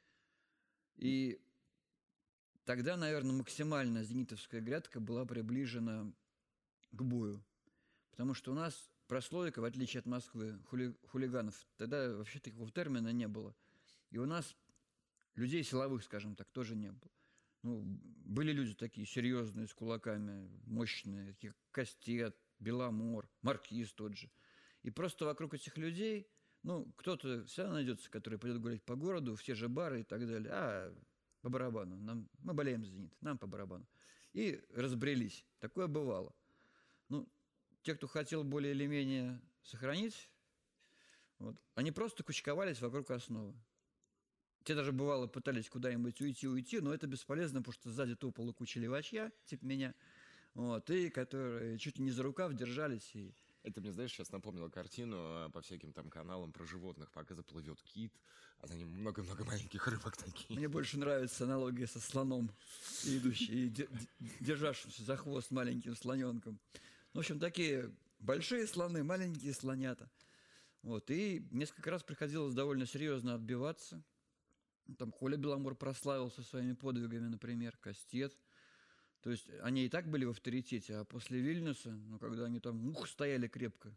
И тогда, наверное, максимально зенитовская грядка была приближена к бою. Потому что у нас прослойка, в отличие от Москвы, хулиганов, тогда вообще такого термина не было. И у нас людей силовых, скажем так, тоже не было. Ну, были люди такие серьезные, с кулаками, мощные, такие Кастет, Беломор, Маркиз тот же. И просто вокруг этих людей, ну, кто-то всегда найдется, который пойдет гулять по городу, все же бары и так далее. А, по барабану, мы болеем за «Зенит», нам по барабану. И разбрелись. Такое бывало. Ну, те, кто хотел более или менее сохранить, вот, они просто кучковались вокруг основы. Те даже, бывало, пытались куда-нибудь уйти, но это бесполезно, потому что сзади топала куча левачья, типа меня, вот, и которые чуть ли не за рукав держались. И... Это мне, знаешь, сейчас напомнило картину по всяким там каналам про животных, пока заплывет кит, а за ним много-много маленьких рыбок такие. Мне больше нравится аналогия со слоном, идущий, державшимся за хвост маленьким слоненком. В общем, такие большие слоны, маленькие слонята. Вот, и несколько раз приходилось довольно серьезно отбиваться. Там Коля Беломор прославился своими подвигами, например, Кастет. То есть они и так были в авторитете, а после Вильнюса, ну, когда они там стояли крепко,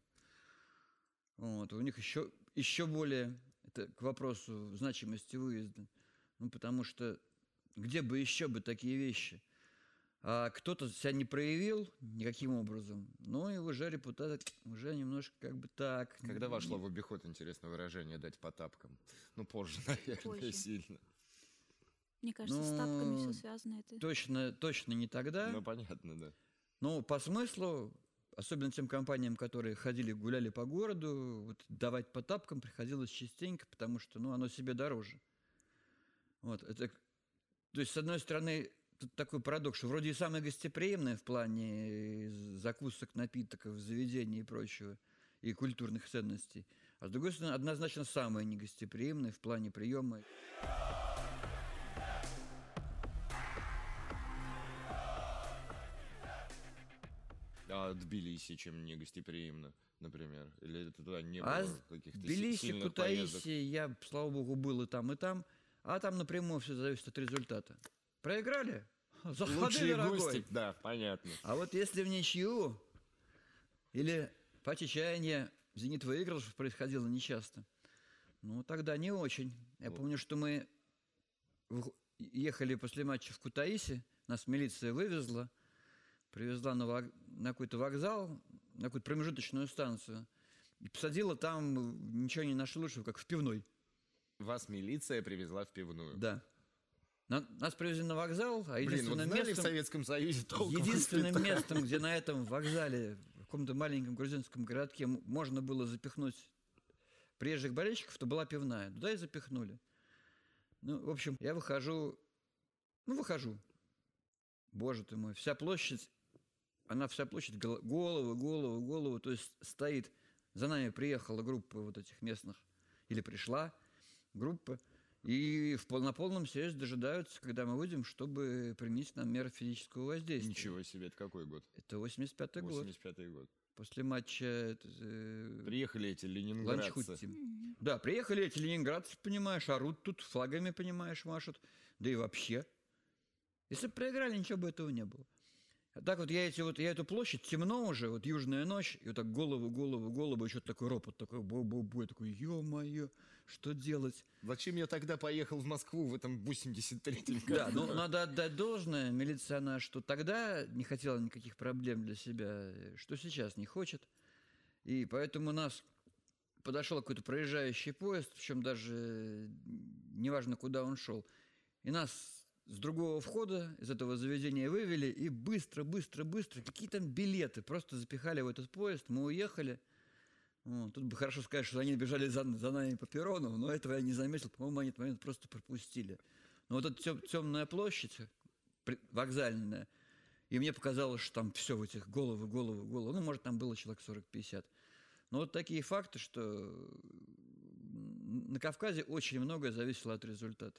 вот, у них еще более, это к вопросу значимости выезда, ну, потому что где бы еще бы такие вещи? А кто-то себя не проявил никаким образом, ну и уже репутация уже немножко как бы так. Когда вошло в обиход, интересное выражение, дать по тапкам? Ну, позже, наверное, сильно. Мне кажется, с тапками все связано. Это... Точно не тогда. Ну, понятно, да. Но по смыслу, особенно тем компаниям, которые ходили, гуляли по городу, вот, давать по тапкам приходилось частенько, потому что, ну, оно себе дороже. Вот, это, то есть, с одной стороны, тут такой парадокс, что вроде и самое гостеприимное в плане закусок, напиток, заведений и прочего, и культурных ценностей, а с другой стороны, однозначно самое негостеприимное в плане приема. А Тбилиси чем не гостеприимно, например? Или это туда не было каких-то Тбилиси, сильных Кутаиси, поездок? я, слава богу, был и там, а там напрямую все зависит от результата. Проиграли? Заходи, Лучшие дорогой. гости, да, понятно. А вот если в ничью или по чаяния «Зенит» выиграл, что происходило нечасто, ну, тогда не очень. Я помню, что мы ехали после матча в Кутаиси, нас милиция вывезла, привезла на какой-то вокзал, на какую-то промежуточную станцию. И посадила там, ничего не нашли лучше, как в пивной. Вас милиция привезла в пивную. Да. Нас привезли на вокзал, а Блин, вот единственным знали в местом, Советском Союзе толком единственным местом, где на этом вокзале, в каком-то маленьком грузинском городке можно было запихнуть приезжих болельщиков, то была пивная. Туда и запихнули. Ну, в общем, я выхожу. Боже ты мой, вся площадь, голову, то есть стоит. За нами приехала группа вот этих местных, или пришла группа, и на полном серьезе дожидаются, когда мы выйдем, чтобы применить нам меры физического воздействия. Ничего себе, это какой год? Это 85-й год. 85-й год. После матча Приехали эти ленинградцы. Ланчхутти. Да, приехали эти ленинградцы, понимаешь, орут тут, флагами, понимаешь, машут. Да и вообще. Если бы проиграли, ничего бы этого не было. А так вот я эту площадь, темно уже, вот южная ночь, и вот так голову, еще такой ропот, такой бу-бу-бу, я такой, ё-моё, что делать? Зачем я тогда поехал в Москву в этом 83-м году? Да, ну надо отдать должное, милиция она, что тогда не хотела никаких проблем для себя, что сейчас не хочет. И поэтому у нас подошел какой-то проезжающий поезд, причем даже неважно, куда он шел, и нас с другого входа из этого заведения вывели и быстро, какие там билеты, просто запихали в этот поезд, мы уехали. Вот. Тут бы хорошо сказать, что они бежали за нами по перрону, но этого я не заметил, по-моему, они этот момент просто пропустили. Но вот эта темная площадь, вокзальная, и мне показалось, что там все в этих головы, ну, может, там было человек 40-50. Но вот такие факты, что на Кавказе очень многое зависело от результата.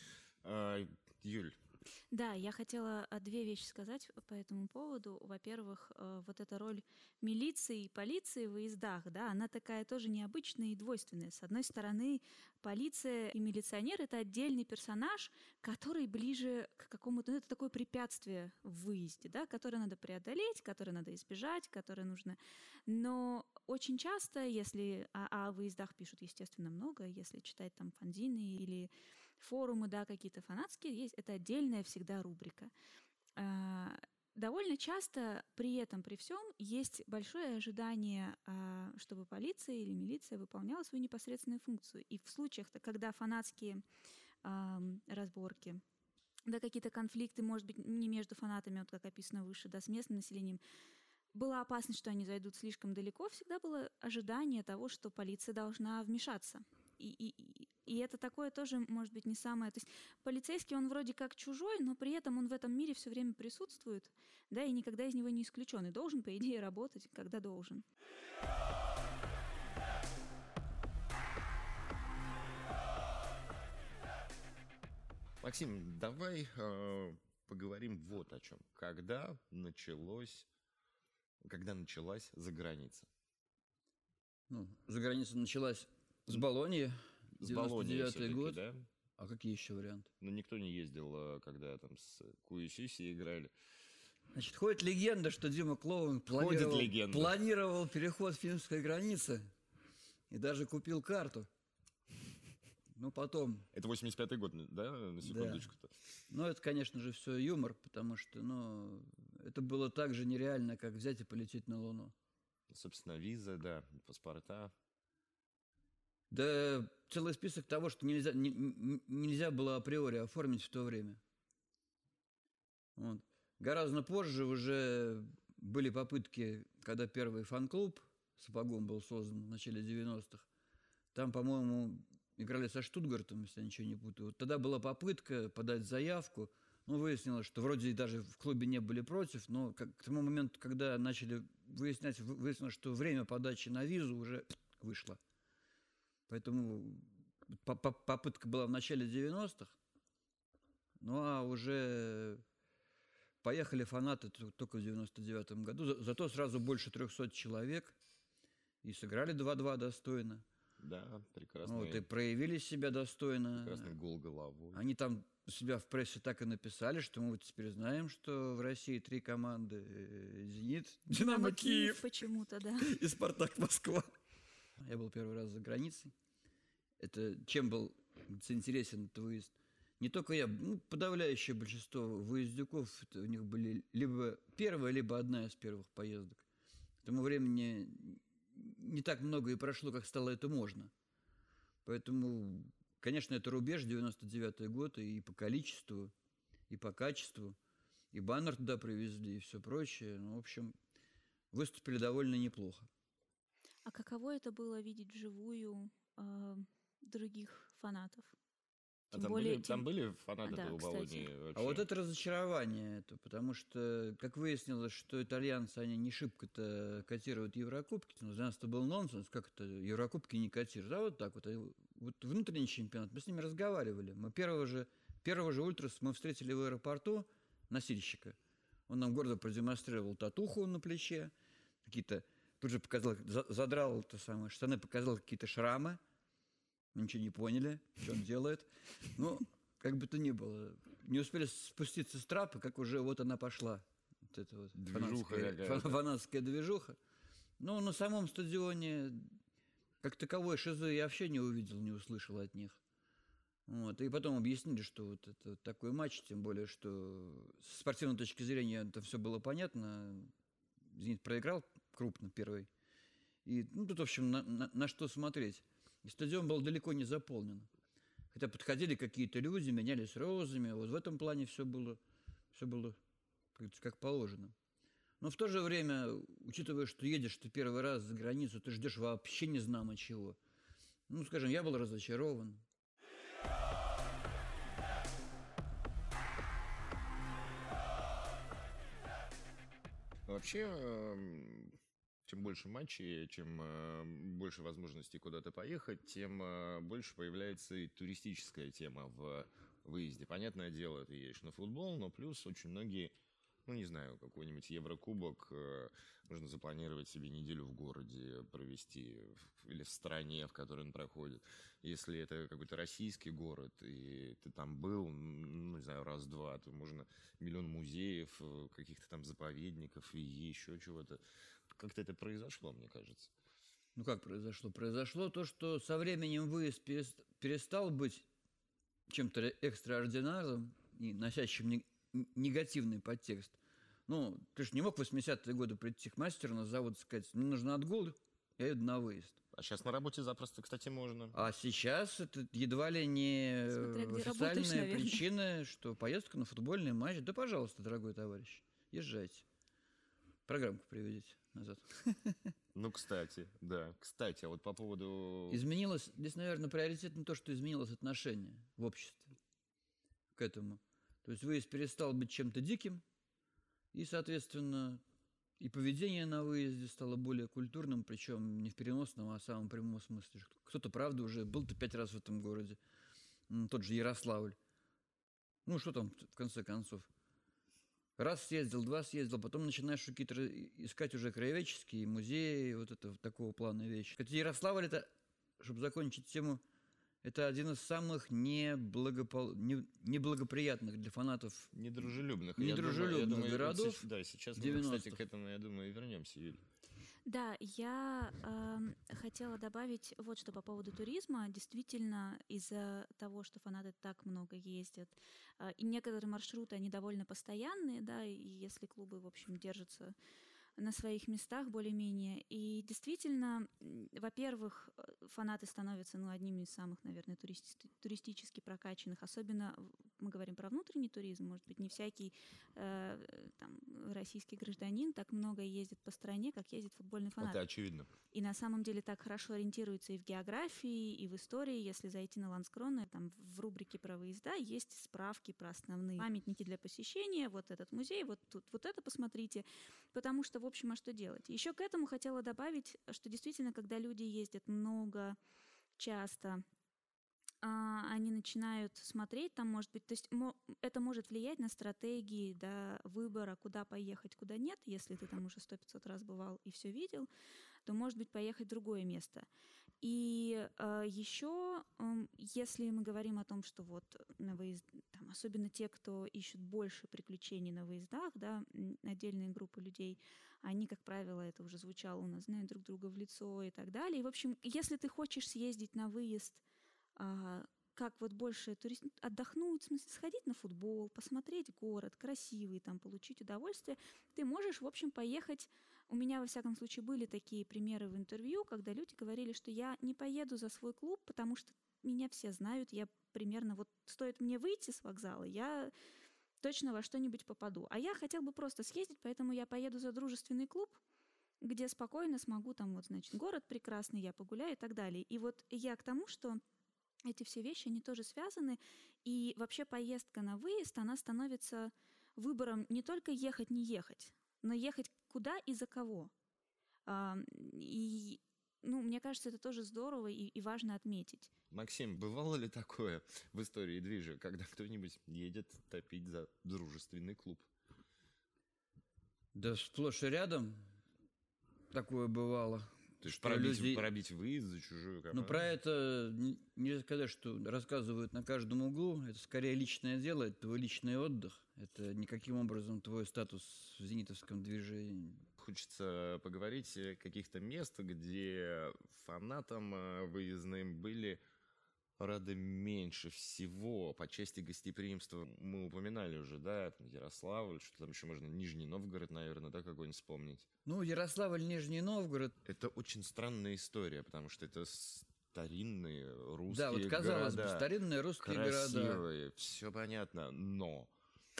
Юль. Да, я хотела две вещи сказать по этому поводу. Во-первых, вот эта роль милиции и полиции в выездах, да, она такая тоже необычная и двойственная. С одной стороны, полиция и милиционер — это отдельный персонаж, который ближе к какому-то, ну, это такое препятствие в выезде, да, которое надо преодолеть, которое надо избежать, которое нужно. Но очень часто, если о выездах пишут, естественно, много, если читать там фанзины или форумы, да, какие-то фанатские, есть, это отдельная всегда рубрика. Довольно часто при этом, при всем, есть большое ожидание, чтобы полиция или милиция выполняла свою непосредственную функцию. И в случаях, когда фанатские разборки, да, какие-то конфликты, может быть, не между фанатами, вот как описано выше, да, с местным населением, была опасность, что они зайдут слишком далеко, всегда было ожидание того, что полиция должна вмешаться. И это такое тоже, может быть, не самое... То есть полицейский, он вроде как чужой, но при этом он в этом мире все время присутствует, да, и никогда из него не исключен. И должен, по идее, работать, когда должен. Максим, давай поговорим вот о чем. Когда началась заграница? Ну, заграница началась с Болоньи. С Болоньи 99-й год. да? А какие еще варианты? Ну, никто не ездил, когда там с Куи-Сюси играли. Значит, ходит легенда, что Дима Клоун планировал переход финской границы и даже купил карту. Ну, потом... Это 85-й год, да, на секундочку-то? Да. Ну, это, конечно же, все юмор, потому что, ну, это было так же нереально, как взять и полететь на Луну. Собственно, виза, да, паспорта. Да, целый список того, что нельзя было априори оформить в то время. Вот. Гораздо позже уже были попытки, когда первый фан-клуб «Сапогом» был создан в начале 90-х. Там, по-моему, играли со Штутгартом, если я ничего не путаю. Вот тогда была попытка подать заявку. Ну, выяснилось, что вроде даже в клубе не были против, но к тому моменту, когда начали выяснилось, что время подачи на визу уже вышло. Поэтому попытка была в начале 90-х, ну а уже поехали фанаты только в 99-м году. Зато сразу больше 300 человек и сыграли 2-2 достойно. Да, прекрасно. Вот, и проявили себя достойно. Прекрасный гол головой. Они там у себя в прессе так и написали, что мы вот теперь знаем, что в России 3 команды: «Зенит», «Динамо Киев» почему-то, да. и «Спартак Москва». Я был первый раз за границей. Это чем был интересен этот выезд? Не только я, подавляющее большинство выездюков, это у них были либо первая, либо одна из первых поездок. К тому времени не так много и прошло, как стало это можно. Поэтому, конечно, это рубеж, 99-й год, и по количеству, и по качеству, и баннер туда привезли, и все прочее. Ну, в общем, выступили довольно неплохо. А каково это было видеть вживую других фанатов? Там были фанаты Да, у кстати. Болонии вообще? А вот это разочарование, это, потому что, как выяснилось, что итальянцы, они не шибко-то котируют Еврокубки. Ну, для нас это был нонсенс, как это Еврокубки не котируют. А вот так вот. Вот внутренний чемпионат, мы с ними разговаривали. Мы первого же ультрас мы встретили в аэропорту носильщика. Он нам гордо продемонстрировал татуху на плече, какие-то, тут же показал, задрал это самое, штаны, показал какие-то шрамы. Мы ничего не поняли, что он делает. Ну, как бы то ни было. Не успели спуститься с трапа, как уже вот она пошла. Вот эта вот фанатская движуха. Но на самом стадионе, как таковой шизы я вообще не увидел, не услышал от них. Вот. И потом объяснили, что вот это вот такой матч, тем более, что с спортивной точки зрения это все было понятно. «Зенит» проиграл крупно первый. И тут, в общем, на что смотреть. И стадион был далеко не заполнен. Хотя подходили какие-то люди, менялись розами. Вот в этом плане все было как положено. Но в то же время, учитывая, что едешь ты первый раз за границу, ты ждешь вообще не знамо чего. Ну, скажем, я был разочарован. Вообще, чем больше матчей, чем больше возможностей куда-то поехать, тем больше появляется и туристическая тема в выезде. Понятное дело, ты едешь на футбол, но плюс очень многие, ну не знаю, какой-нибудь Еврокубок нужно запланировать себе неделю в городе провести или в стране, в которой он проходит. Если это какой-то российский город, и ты там был, ну не знаю, раз-два, то можно миллион музеев, каких-то там заповедников и еще чего-то. Как-то это произошло, мне кажется. Ну как произошло? Произошло то, что со временем выезд перестал быть чем-то экстраординарным и носящим негативный подтекст. Ну, ты же не мог в 80-е годы прийти к мастеру на завод и сказать, мне нужен отгул, я иду на выезд. А сейчас на работе запросто, кстати, можно. А сейчас это едва ли не официальная причина, что поездка на футбольный матч. Да, пожалуйста, дорогой товарищ, езжайте. Программку приведите назад. Ну, кстати, да. Кстати, а вот по поводу... Изменилось, здесь, наверное, приоритетно то, что изменилось отношение в обществе к этому. То есть выезд перестал быть чем-то диким, и, соответственно, и поведение на выезде стало более культурным, причем не в переносном, а в самом прямом смысле. Кто-то, правда, уже был-то 5 раз в этом городе. Тот же Ярославль. Ну, что там, в конце концов? Раз съездил, два съездил, потом начинаешь какие-то искать уже краеведческие музеи, вот это такого плана вещи. Кстати, Ярославль, это, чтобы закончить тему, это один из самых неблагоприятных для фанатов, недружелюбных городов. Да, сейчас мы, кстати, к этому, я думаю, и вернемся, Юль. Да, я хотела добавить вот что по поводу туризма. Действительно, из-за того, что фанаты так много ездят, и некоторые маршруты, они довольно постоянные, да, и если клубы, в общем, держатся на своих местах более-менее. И действительно, во-первых, фанаты становятся одними из самых, наверное, туристически прокачанных. Особенно мы говорим про внутренний туризм. Может быть, не всякий российский гражданин так много ездит по стране, как ездит футбольный фанат. Это очевидно. И на самом деле так хорошо ориентируется и в географии, и в истории. Если зайти на Ланскроне, там в рубрике про выезда есть справки про основные памятники для посещения. Вот этот музей, вот тут вот это посмотрите. Потому что, в общем, а что делать? Еще к этому хотела добавить, что действительно, когда люди ездят много, часто, они начинают смотреть, там, может быть, то есть это может влиять на стратегии, да, выбора, куда поехать, куда нет. Если ты там уже 100-500 раз бывал и все видел, то, может быть, поехать в другое место. И еще, если мы говорим о том, что вот на выезд, там, особенно те, кто ищут больше приключений на выездах, да, отдельные группы людей, они, как правило, это уже звучало у нас, знают друг друга в лицо и так далее. И, в общем, если ты хочешь съездить на выезд, как вот больше отдохнуть, в смысле сходить на футбол, посмотреть город красивый, там, получить удовольствие, ты можешь, в общем, поехать у меня, во всяком случае, были такие примеры в интервью, когда люди говорили, что я не поеду за свой клуб, потому что меня все знают, я примерно, вот стоит мне выйти с вокзала, я точно во что-нибудь попаду. А я хотел бы просто съездить, поэтому я поеду за дружественный клуб, где спокойно смогу, там вот, значит, город прекрасный, я погуляю и так далее. И вот я к тому, что эти все вещи, они тоже связаны, и вообще поездка на выезд, она становится выбором не только ехать, не ехать, но ехать куда и за кого. И, мне кажется, это тоже здорово и важно отметить. Максим, бывало ли такое в истории движа, когда кто-нибудь едет топить за дружественный клуб? Да сплошь и рядом такое бывало. То есть что люди... пробить выезд за чужую команду? Ну, про это нельзя сказать, что рассказывают на каждом углу. Это скорее личное дело, это твой личный отдых. Это никаким образом твой статус в зенитовском движении. Хочется поговорить о каких-то местах, где фанатам выездным были рады меньше всего. По части гостеприимства мы упоминали уже, да, там Ярославль, что там еще можно, Нижний Новгород, наверное, да, какой-нибудь вспомнить. Ну, Ярославль, Нижний Новгород. Это очень странная история, потому что это старинные русские города. Да, вот казалось бы, старинные русские города. Красивые, все понятно, но...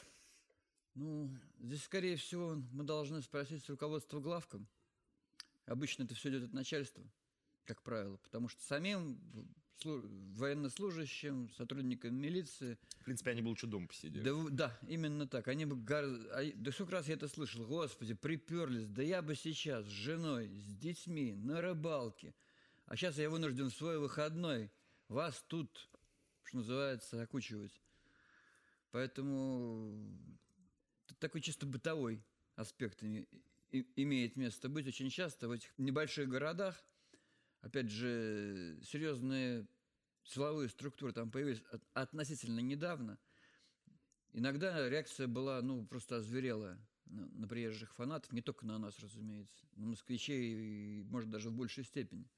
Ну, здесь, скорее всего, мы должны спросить с руководства главком. Обычно это все идет от начальства, как правило, потому что самим военнослужащим, сотрудникам милиции... В принципе, они бы лучше дома посидели. Да, именно так. Они бы... Да сколько раз я это слышал. Господи, приперлись. Да я бы сейчас с женой, с детьми, на рыбалке. А сейчас я вынужден в свой выходной вас тут, что называется, окучивать. Поэтому такой чисто бытовой аспект имеет место быть очень часто в этих небольших городах. Опять же, серьезные силовые структуры там появились относительно недавно. Иногда реакция была, просто озверелая на приезжих фанатов, не только на нас, разумеется, на москвичей, может, даже в большей степени.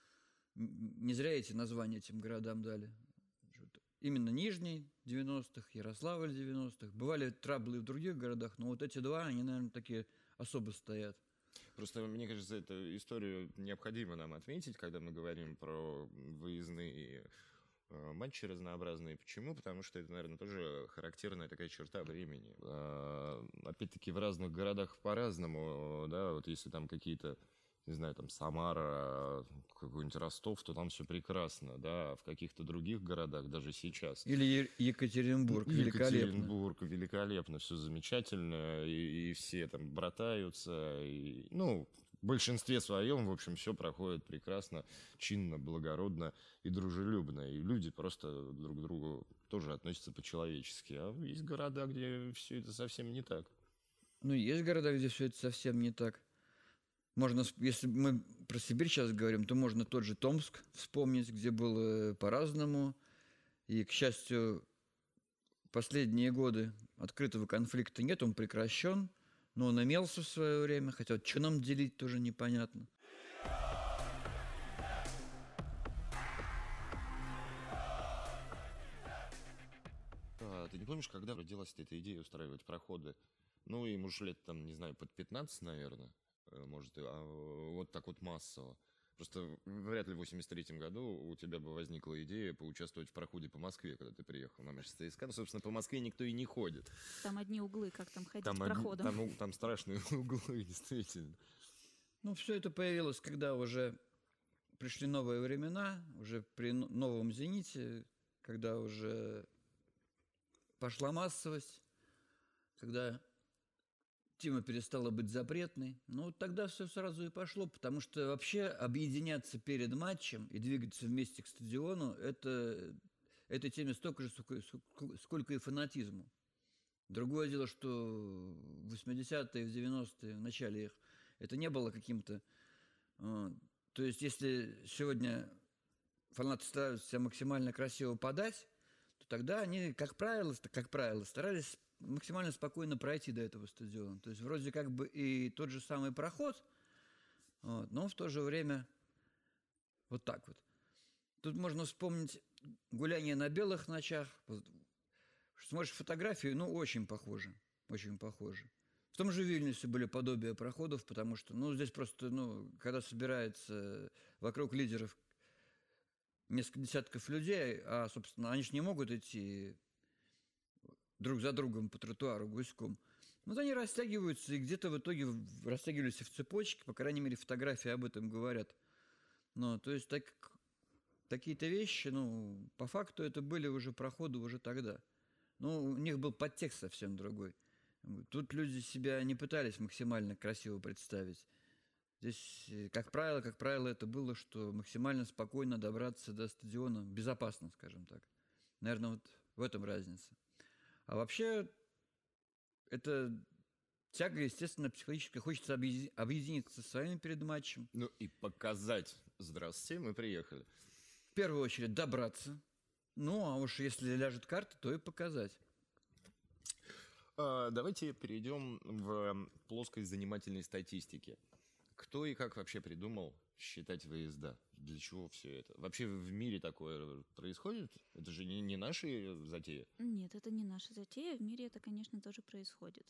Не зря эти названия этим городам дали. Именно Нижний 90-х, Ярославль 90-х. Бывали траблы и в других городах, но вот эти два, они, наверное, такие особо стоят. Просто, мне кажется, эту историю необходимо нам отметить, когда мы говорим про выездные матчи разнообразные. Почему? Потому что это, наверное, тоже характерная такая черта времени. Опять-таки, в разных городах по-разному, да, вот если там какие-то, не знаю, там Самара, какой-нибудь Ростов, то там все прекрасно, да, а в каких-то других городах, даже сейчас. Или Екатеринбург, великолепно. Екатеринбург, великолепно, все замечательно, и все там братаются, и, в большинстве своем, в общем, все проходит прекрасно, чинно, благородно и дружелюбно, и люди просто друг к другу тоже относятся по-человечески. А есть города, где все это совсем не так. Есть города, где все это совсем не так. Можно, если мы про Сибирь сейчас говорим, то можно тот же Томск вспомнить, где было по-разному. И, к счастью, последние годы открытого конфликта нет, он прекращен, но он имелся в свое время, хотя что нам делить, тоже непонятно. Ты не помнишь, когда родилась эта идея устраивать проходы? Им уж лет, там, не знаю, под 15, наверное. Может, вот так вот массово. Просто вряд ли в 83-м году у тебя бы возникла идея поучаствовать в проходе по Москве, когда ты приехал на матч с ЦСКА. Собственно, по Москве никто и не ходит. Там одни углы, как там ходить проходом. Там страшные углы, действительно. Все это появилось, когда уже пришли новые времена, уже при новом «Зените», когда уже пошла массовость, когда тема перестала быть запретной. Тогда все сразу и пошло, потому что вообще объединяться перед матчем и двигаться вместе к стадиону – этой теме столько же, сколько и фанатизму. Другое дело, что в 80-е, в 90-е, в начале их, это не было каким-то... То есть, если сегодня фанаты стараются себя максимально красиво подать, то тогда они, как правило, старались максимально спокойно пройти до этого стадиона. То есть вроде как бы и тот же самый проход, но в то же время вот так вот. Тут можно вспомнить гуляние на белых ночах. Смотришь фотографию, очень похоже. Очень похоже. В том же Вильнюсе были подобия проходов, потому что, здесь просто, когда собирается вокруг лидеров несколько десятков людей, а, собственно, они же не могут идти друг за другом по тротуару гуськом. Они растягиваются, и где-то в итоге растягивались и в цепочке, по крайней мере, фотографии об этом говорят. То есть такие-то вещи, по факту это были уже проходы уже тогда. У них был подтекст совсем другой. Тут люди себя не пытались максимально красиво представить. Здесь, как правило, это было, что максимально спокойно добраться до стадиона, безопасно, скажем так. Наверное, вот в этом разница. А вообще, это тяга, естественно, психологическая. Хочется объединиться с вами перед матчем. И показать. Здравствуйте, мы приехали. В первую очередь добраться. А уж если ляжет карта, то и показать. Давайте перейдем в плоскость занимательной статистики. Кто и как вообще придумал считать выезда? Для чего все это? Вообще в мире такое происходит? Это же не наши затеи? Нет, это не наша затея. В мире это, конечно, тоже происходит.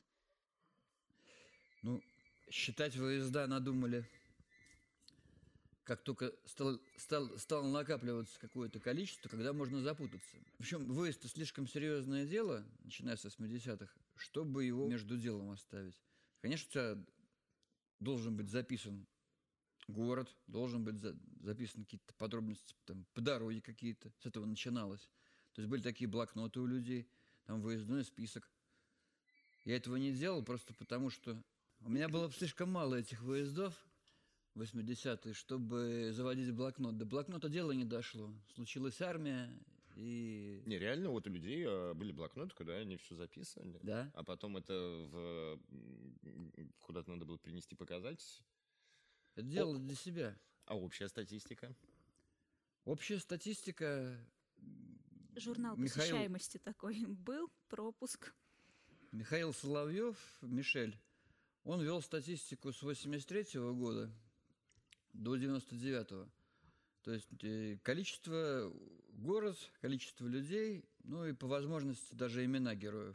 Считать выезда надумали, как только стало накапливаться какое-то количество, когда можно запутаться. Причем выезд – это слишком серьезное дело, начиная с 80-х, чтобы его между делом оставить. Конечно, у тебя должен быть записан город, должен быть записаны какие-то подробности, по дороге какие-то. С этого начиналось. То есть были такие блокноты у людей, там выездной список. Я этого не делал просто потому, что у меня было слишком мало этих выездов в 80-е, чтобы заводить блокнот. До блокнота дело не дошло. Случилась армия, и... Реально, вот у людей были блокноты, куда они все записывали. Да. А потом это куда-то надо было принести, показать. Это дело для себя. А общая статистика? Общая статистика... Журнал посещаемости такой был, пропуск. Михаил Соловьев, Мишель, он вел статистику с 83-го года до 99-го. То есть количество город, количество людей, и по возможности даже имена героев.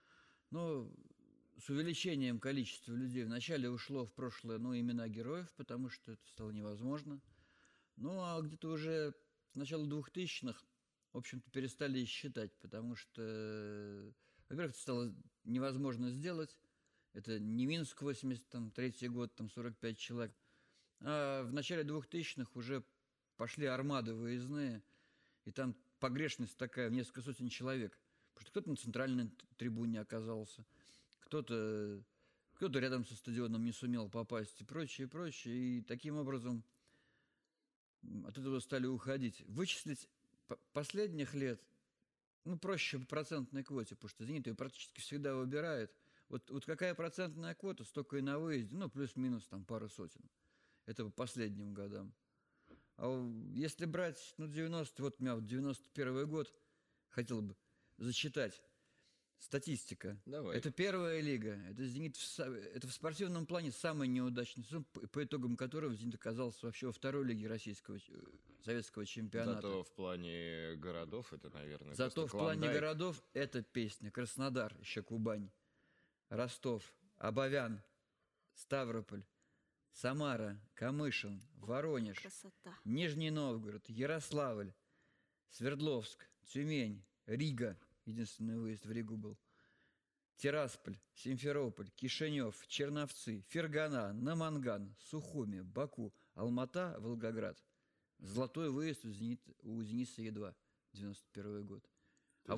С увеличением количества людей вначале ушло в прошлое, имена героев, потому что это стало невозможно. А где-то уже с начала 2000-х, в общем-то, перестали их считать, потому что, во-первых, это стало невозможно сделать. Это не Минск, 83-й год, 45 человек. А в начале 2000-х уже пошли армады выездные, и там погрешность такая в несколько сотен человек. Потому что кто-то на центральной трибуне оказался, кто-то рядом со стадионом не сумел попасть и прочее, прочее. И таким образом от этого стали уходить. Вычислить последних лет, проще по процентной квоте, потому что «Зенит» ее практически всегда выбирает. Вот какая процентная квота, столько и на выезде, плюс-минус пару сотен. Это по последним годам. А если брать, 90, вот у меня 91 год, хотел бы зачитать. Статистика. Давай. Это первая лига. Это «Зенит», это в спортивном плане самый неудачный сезон, по итогам которого «Зенит» оказался вообще во второй лиге российского советского чемпионата. Зато в плане городов это, наверное, Зато в плане городов это песня. Краснодар, еще Кубань, Ростов, Абовян, Ставрополь, Самара, Камышин, Воронеж, Красота. Нижний Новгород, Ярославль, Свердловск, Тюмень, Рига. Единственный выезд в Ригу был. Тирасполь, Симферополь, Кишинев, Черновцы, Фергана, Наманган, Сухуми, Баку, Алмата, Волгоград. Золотой выезд у Дениса едва, 91 год. А в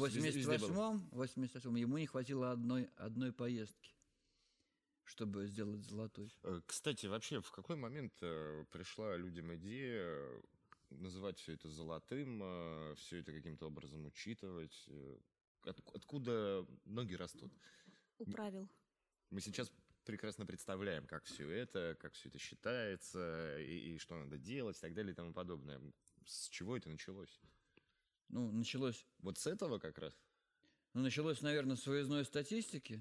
88-м ему не хватило одной поездки, чтобы сделать золотой. Кстати, вообще, в какой момент пришла людям идея называть все это золотым, все это каким-то образом учитывать? Откуда ноги растут? У правил. Мы сейчас прекрасно представляем, как все это считается, и что надо делать, и так далее, и тому подобное. С чего это началось? Началось... Вот с этого как раз? Началось, наверное, с выездной статистики,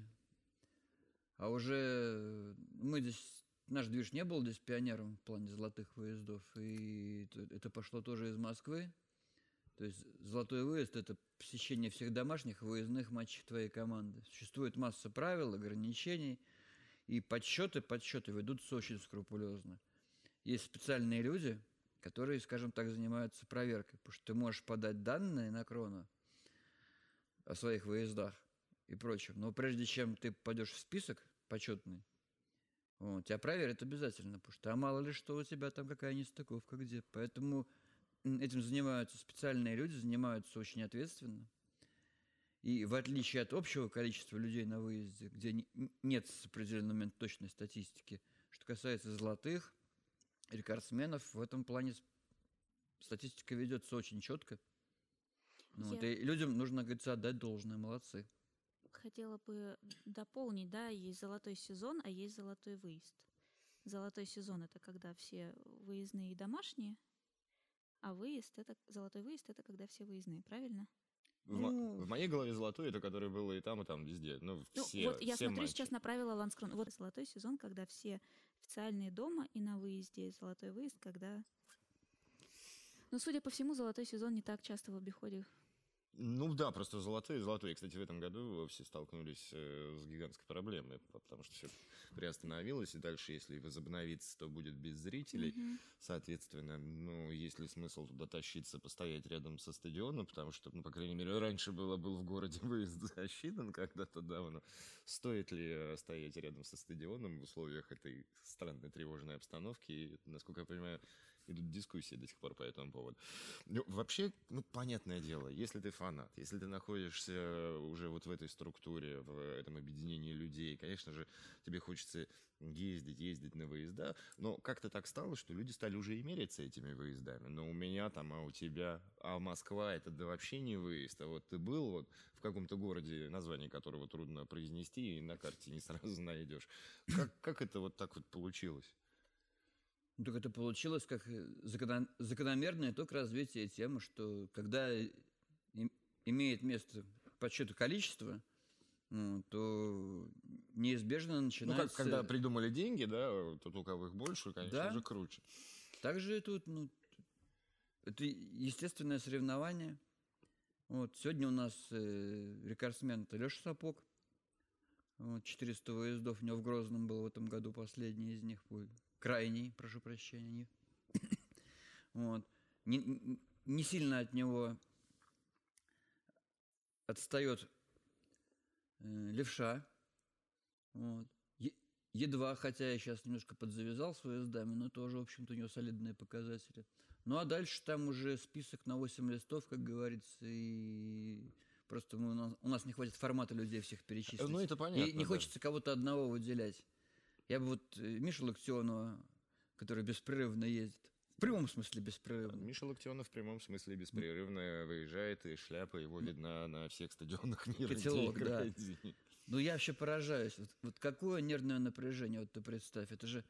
а уже наш движ не был здесь пионером в плане золотых выездов, и это пошло тоже из Москвы. То есть золотой выезд – это посещение всех домашних выездных матчей твоей команды. Существует масса правил, ограничений, И подсчеты ведутся очень скрупулезно. Есть специальные люди, которые, скажем так, занимаются проверкой, потому что ты можешь подать данные на Крону о своих выездах и прочем, но прежде чем ты пойдешь в список почетный, тебя проверят обязательно, потому что мало ли что у тебя там какая нестыковка где. Поэтому этим занимаются специальные люди, занимаются очень ответственно. И в отличие от общего количества людей на выезде, где нет с определенного момента точной статистики, что касается золотых, рекордсменов, в этом плане статистика ведется очень четко. И людям нужно, говорится, отдать должное, молодцы. Хотела бы дополнить, да, есть золотой сезон, а есть золотой выезд. Золотой сезон — это когда все выездные и домашние, а золотой выезд — это когда все выездные, правильно? В моей голове золотой — это который было и там везде. Все, вот я все смотрю матчи. сейчас на правила Ланскрон. Вот золотой сезон, когда все официальные дома и на выезде. Золотой выезд, когда... судя по всему, золотой сезон не так часто в обиходе. Да, просто золотой. И, кстати, в этом году все столкнулись с гигантской проблемой, потому что все приостановилось, и дальше, если возобновится, то будет без зрителей. Соответственно, есть ли смысл туда тащиться, постоять рядом со стадионом, потому что, по крайней мере, раньше был в городе выезд засчитан когда-то давно. Стоит ли стоять рядом со стадионом в условиях этой странной тревожной обстановки? И, насколько я понимаю, идут дискуссии до сих пор по этому поводу. Вообще, понятное дело, если ты фанат, если ты находишься уже вот в этой структуре, в этом объединении людей, конечно же, тебе хочется ездить на выезда, но как-то так стало, что люди стали уже и меряться этими выездами. Но у меня там, а у тебя, а Москва — это вообще не выезд, а вот ты был в каком-то городе, название которого трудно произнести, и на карте не сразу найдешь. Как это вот так вот получилось? Так это получилось как закономерный итог развития темы, что когда имеет место подсчет количества, то неизбежно начинается... как когда придумали деньги, да, тут у кого их больше, конечно же, круче. Также тут, это естественное соревнование. Сегодня у нас рекордсмен — это Леша Сапог. 400 выездов у него в Грозном был в этом году, последний из них был. Крайний, прошу прощения. Не сильно от него отстает Левша. Едва, хотя я сейчас немножко подзавязал с выездами, но тоже, в общем-то, у него солидные показатели. А дальше там уже список на 8 листов, как говорится, и просто у нас не хватит формата людей всех перечислить. Это понятно. И не хочется кого-то одного выделять. Я бы Мишу Локтионова, который беспрерывно ездит, в прямом смысле беспрерывно. Миша Локтионов в прямом смысле беспрерывно выезжает, и шляпа его видна на всех стадионах мира. Котелок, да. Я вообще поражаюсь. Вот какое нервное напряжение, ты представь. Это же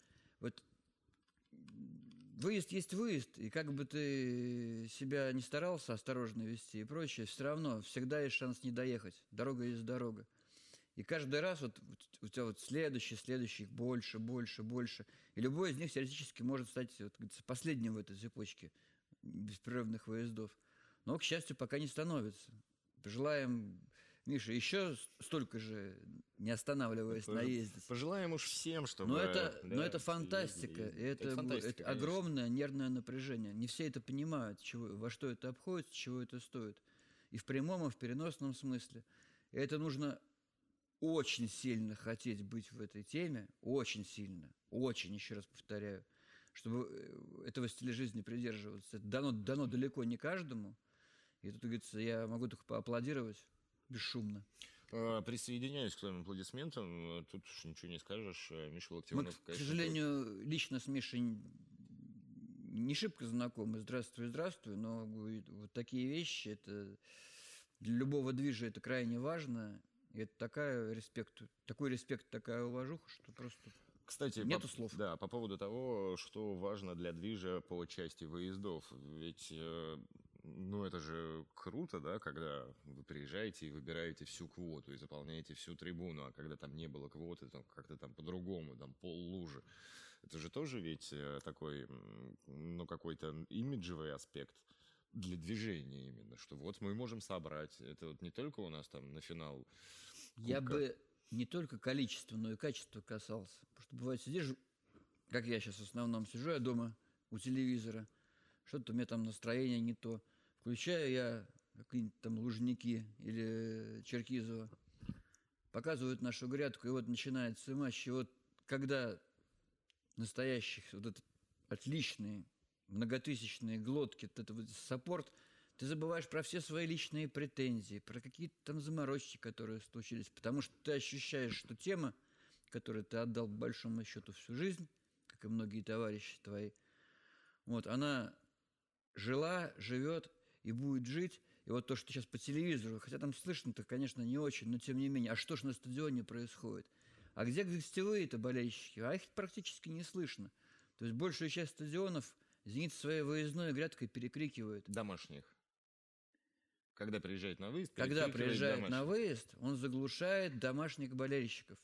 выезд есть выезд, и как бы ты себя не старался осторожно вести и прочее, все равно всегда есть шанс не доехать. Дорога есть дорога. И каждый раз у тебя следующий, больше. И любой из них теоретически может стать последним в этой цепочке беспрерывных выездов. Но, к счастью, пока не становится. Пожелаем, Миша, еще столько же, не останавливаясь, наездить. Пожелаем уж всем, чтобы... Но это фантастика. Это огромное нервное напряжение. Не все это понимают, во что это обходится, чего это стоит. И в прямом, и в переносном смысле. И это нужно... очень сильно хотеть быть в этой теме, очень сильно, очень, еще раз повторяю, чтобы этого стиля жизни придерживаться. Это дано далеко не каждому. И тут, говорится, я могу только поаплодировать бесшумно. Присоединяюсь к твоим аплодисментам. Тут уж ничего не скажешь. Миша Локтионов, конечно... К сожалению, лично с Мишей не шибко знакомы. Здравствуй, но вот такие вещи, это для любого движа это крайне важно. И это такой респект, такая уважуха, что просто Кстати, нету слов. Да, по поводу того, что важно для движа по части выездов. Ведь, это же круто, да, когда вы приезжаете и выбираете всю квоту и заполняете всю трибуну, а когда там не было квоты, там как-то там по-другому, там пол-лужи. Это же тоже ведь такой, какой-то имиджевый аспект для движения именно, что мы можем собрать. Это не только у нас там на финал Кубка. Я бы не только количество, но и качество касался. Потому что бывает, сидишь, как я сейчас в основном сижу, я дома у телевизора, что-то у меня там настроение не то. Включаю я какие-нибудь там Лужники или Черкизово, показывают нашу грядку, и вот начинается матч. И вот когда настоящих, вот этот отличные, многотысячные глотки, вот этот вот саппорт, ты забываешь про все свои личные претензии, про какие-то там заморочки, которые случились, потому что ты ощущаешь, что тема, которой ты отдал, по большому счету, всю жизнь, как и многие товарищи твои, вот, она жила, живет и будет жить. И вот то, что сейчас по телевизору, хотя там слышно-то, конечно, не очень, но тем не менее, а что ж на стадионе происходит? А где гостевые-то болельщики? А их практически не слышно. То есть большую часть стадионов «Зенит» своей выездной грядкой перекрикивает. Домашних. Когда приезжает на выезд, Когда приезжает на выезд, он заглушает домашних болельщиков.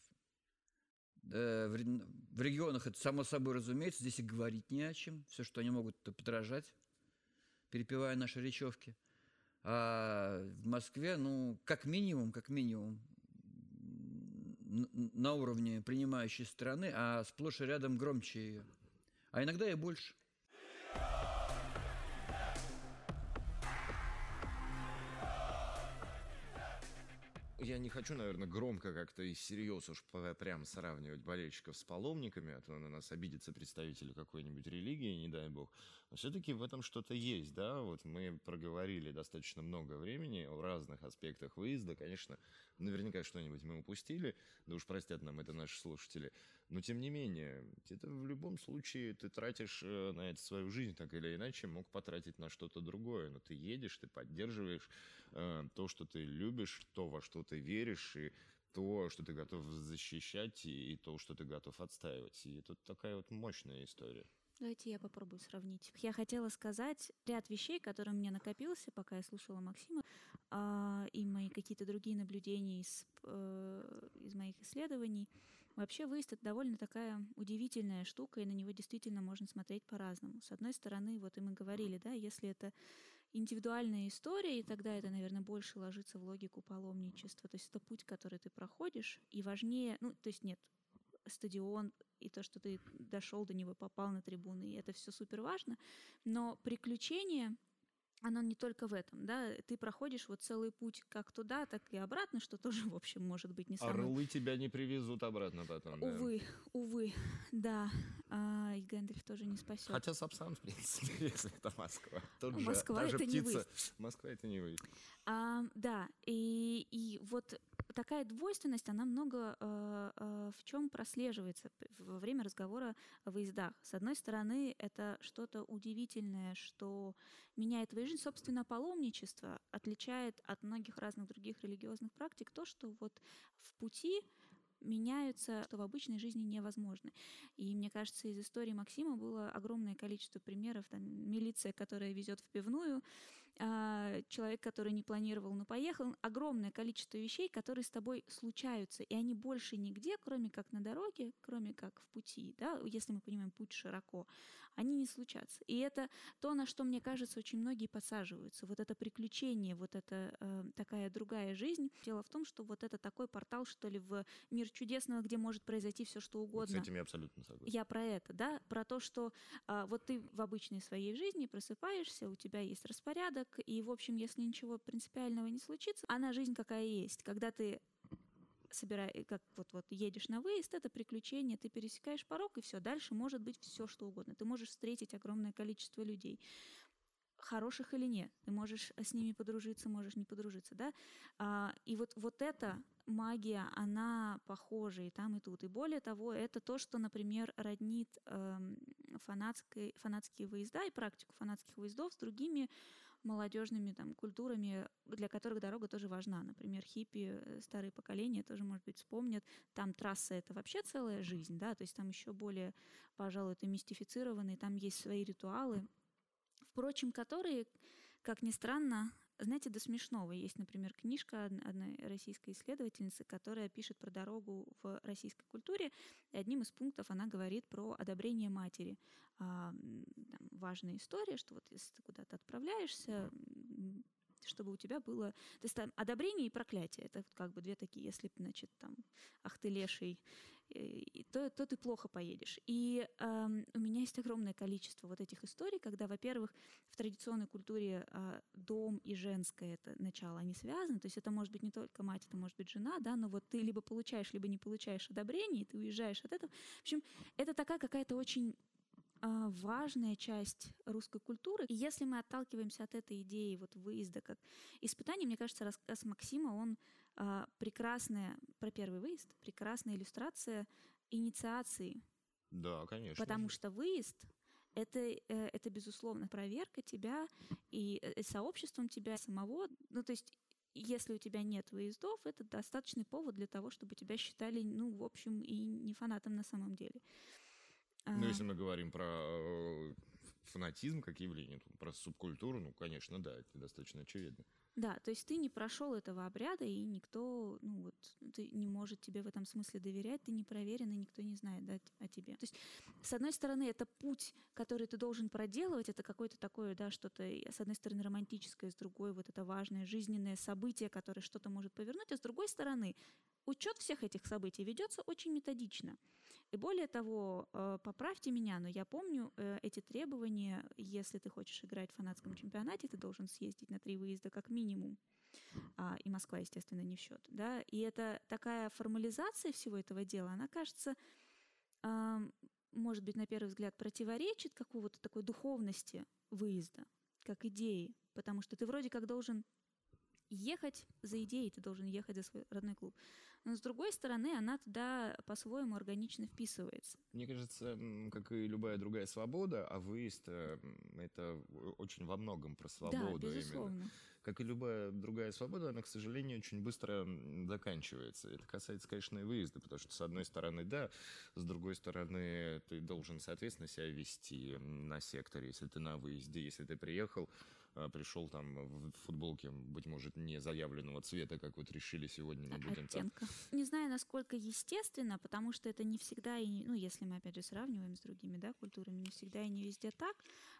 В регионах это само собой разумеется, здесь и говорить не о чем. Все, что они могут, это подражать, перепевая наши речевки. А в Москве, ну, как минимум, на уровне принимающей стороны, а сплошь и рядом громче ее. А иногда и больше. Я не хочу, наверное, громко как-то и всерьез уж прям сравнивать болельщиков с паломниками, а то на нас обидятся представители какой-нибудь религии, не дай бог. Но все-таки в этом что-то есть, да? Вот мы проговорили достаточно много времени о разных аспектах выезда. Конечно, наверняка что-нибудь мы упустили, да уж простят нам это наши слушатели. Но тем не менее, это в любом случае ты тратишь на это свою жизнь, так или иначе, мог потратить на что-то другое. Но ты едешь, ты поддерживаешь то, что ты любишь, то, во что ты веришь, и то, что ты готов защищать, и то, что ты готов отстаивать. И это такая вот мощная история. Давайте я попробую сравнить. Я хотела сказать ряд вещей, которые у меня накопился, пока я слушала Максима, и мои какие-то другие наблюдения из моих исследований. Вообще выезд — это довольно такая удивительная штука, и на него действительно можно смотреть по-разному. С одной стороны, вот и мы говорили, да, если это индивидуальная история, и тогда это, наверное, больше ложится в логику паломничества. То есть это путь, который ты проходишь, и важнее, ну, то есть нет, стадион и то, что ты дошел до него, попал на трибуны, и это все супер важно, но приключение, оно не только в этом, да, ты проходишь вот целый путь как туда, так и обратно, что тоже, в общем, может быть не самое... Орлы тебя не привезут обратно потом, да. Увы, да, и Гэндальф тоже не спасет. Хотя Сапсан, в принципе, если это Москва. Тут же Москва — это не выезд. Москва — это не выезд. Да, и вот такая двойственность, она много в чем прослеживается во время разговора о выездах. С одной стороны, это что-то удивительное, что меняет твою жизнь. Собственно, паломничество отличает от многих разных других религиозных практик то, что вот в пути меняются, что в обычной жизни невозможно. И мне кажется, из истории Максима было огромное количество примеров. Там, милиция, которая везет в пивную, человек, который не планировал, но поехал. Огромное количество вещей, которые с тобой случаются, и они больше нигде, кроме как на дороге, кроме как в пути, да, если мы понимаем путь широко, они не случатся. И это то, на что, мне кажется, очень многие подсаживаются. Вот это приключение, вот это такая другая жизнь. Дело в том, что вот это такой портал, что ли, в мир чудесного, где может произойти все, что угодно. С этим я абсолютно согласен. Я про это, да, про то, что вот ты в обычной своей жизни просыпаешься, у тебя есть распорядок, и, в общем, если ничего принципиального не случится, она жизнь какая есть. Когда ты как вот едешь на выезд, это приключение, ты пересекаешь порог, и все, дальше может быть все, что угодно. Ты можешь встретить огромное количество людей, хороших или нет. Ты можешь с ними подружиться, можешь не подружиться, да. И вот эта магия, она похожа и там, и тут. И более того, это то, что, например, роднит фанатские выезда и практику фанатских выездов с другими молодежными там культурами, для которых дорога тоже важна. Например, хиппи, старые поколения тоже, может быть, вспомнят. Там трасса — это вообще целая жизнь, да, то есть там еще более, пожалуй, это мистифицированно, и там есть свои ритуалы, впрочем, которые, как ни странно, знаете, до смешного. Есть, например, книжка одной российской исследовательницы, которая пишет про дорогу в российской культуре, и одним из пунктов она говорит про одобрение матери. Там важная история, что вот если ты куда-то отправляешься, чтобы у тебя было... То есть там одобрение и проклятие. Это как бы две такие, если, значит, там, ах ты леший, то ты плохо поедешь. И у меня есть огромное количество вот этих историй, когда, во-первых, в традиционной культуре дом и женское это начало, они связаны. То есть это может быть не только мать, это может быть жена, да, но вот ты либо получаешь, либо не получаешь одобрение, и ты уезжаешь от этого. В общем, это такая какая-то очень важная часть русской культуры. И если мы отталкиваемся от этой идеи вот выезда как испытания, мне кажется, рассказ Максима, он прекрасная, про первый выезд, прекрасная иллюстрация инициации. Да, конечно. Потому что выезд — это, безусловно, проверка тебя и сообществом тебя самого. Ну, то есть если у тебя нет выездов, это достаточный повод для того, чтобы тебя считали, ну, в общем, и не фанатом на самом деле. Ну, если мы говорим про фанатизм как явление, про субкультуру, ну, конечно, да, это достаточно очевидно. Да, то есть ты не прошел этого обряда, и никто, ну вот, ты не может тебе в этом смысле доверять, ты не проверен, и никто не знает, да, о тебе. То есть, с одной стороны, это путь, который ты должен проделывать, это какое-то такое, да, что-то, с одной стороны, романтическое, с другой, вот это важное жизненное событие, которое что-то может повернуть, а с другой стороны, учет всех этих событий ведется очень методично. И более того, поправьте меня, но я помню эти требования, если ты хочешь играть в фанатском чемпионате, ты должен съездить на 3 выезда как минимум. И Москва, естественно, не в счет. Да? И это такая формализация всего этого дела, она, кажется, может быть, на первый взгляд противоречит какого-то такой духовности выезда, как идеи, потому что ты вроде как должен ехать за идеей, ты должен ехать за свой родной клуб. Но, с другой стороны, она туда по-своему органично вписывается. Мне кажется, как и любая другая свобода, а выезд — это очень во многом про свободу. Да, безусловно. Именно. Как и любая другая свобода, она, к сожалению, очень быстро заканчивается. Это касается, конечно, и выезда, потому что, с одной стороны, да, с другой стороны, ты должен, соответственно, себя вести на секторе, если ты на выезде, если ты пришел там в футболке, быть может, не заявленного цвета, как вот решили сегодня мы будем там. Не знаю, насколько естественно, потому что это не всегда, и, ну, если мы, опять же, сравниваем с другими, да, культурами, не всегда и не везде так,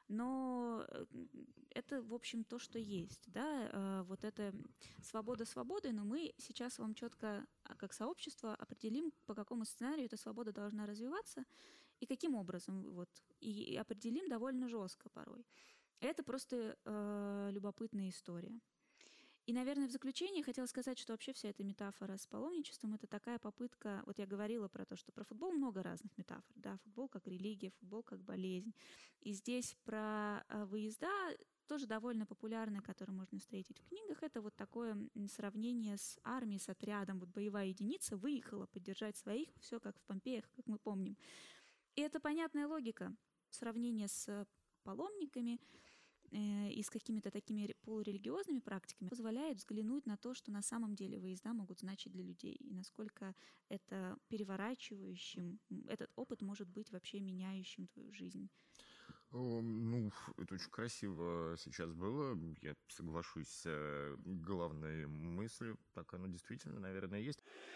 но это, в общем, то, что есть, да, вот это свобода свободой, но мы сейчас вам четко, как сообщество, определим, по какому сценарию эта свобода должна развиваться и каким образом, вот, и определим довольно жестко порой. Это просто любопытная история. И, наверное, в заключение я хотела сказать, что вообще вся эта метафора с паломничеством — это такая попытка... Вот я говорила про то, что про футбол много разных метафор. Да, футбол как религия, футбол как болезнь. И здесь про выезда тоже довольно популярное, которое можно встретить в книгах. Это вот такое сравнение с армией, с отрядом. Вот боевая единица выехала поддержать своих, все как в Помпеях, как мы помним. И это понятная логика. Сравнение с паломниками и с какими-то такими полурелигиозными практиками позволяет взглянуть на то, что на самом деле выезда могут значить для людей, и насколько это переворачивающим, этот опыт может быть вообще меняющим твою жизнь. Ну, это очень красиво сейчас было. Я соглашусь с главной мыслью. Так оно действительно, наверное, есть.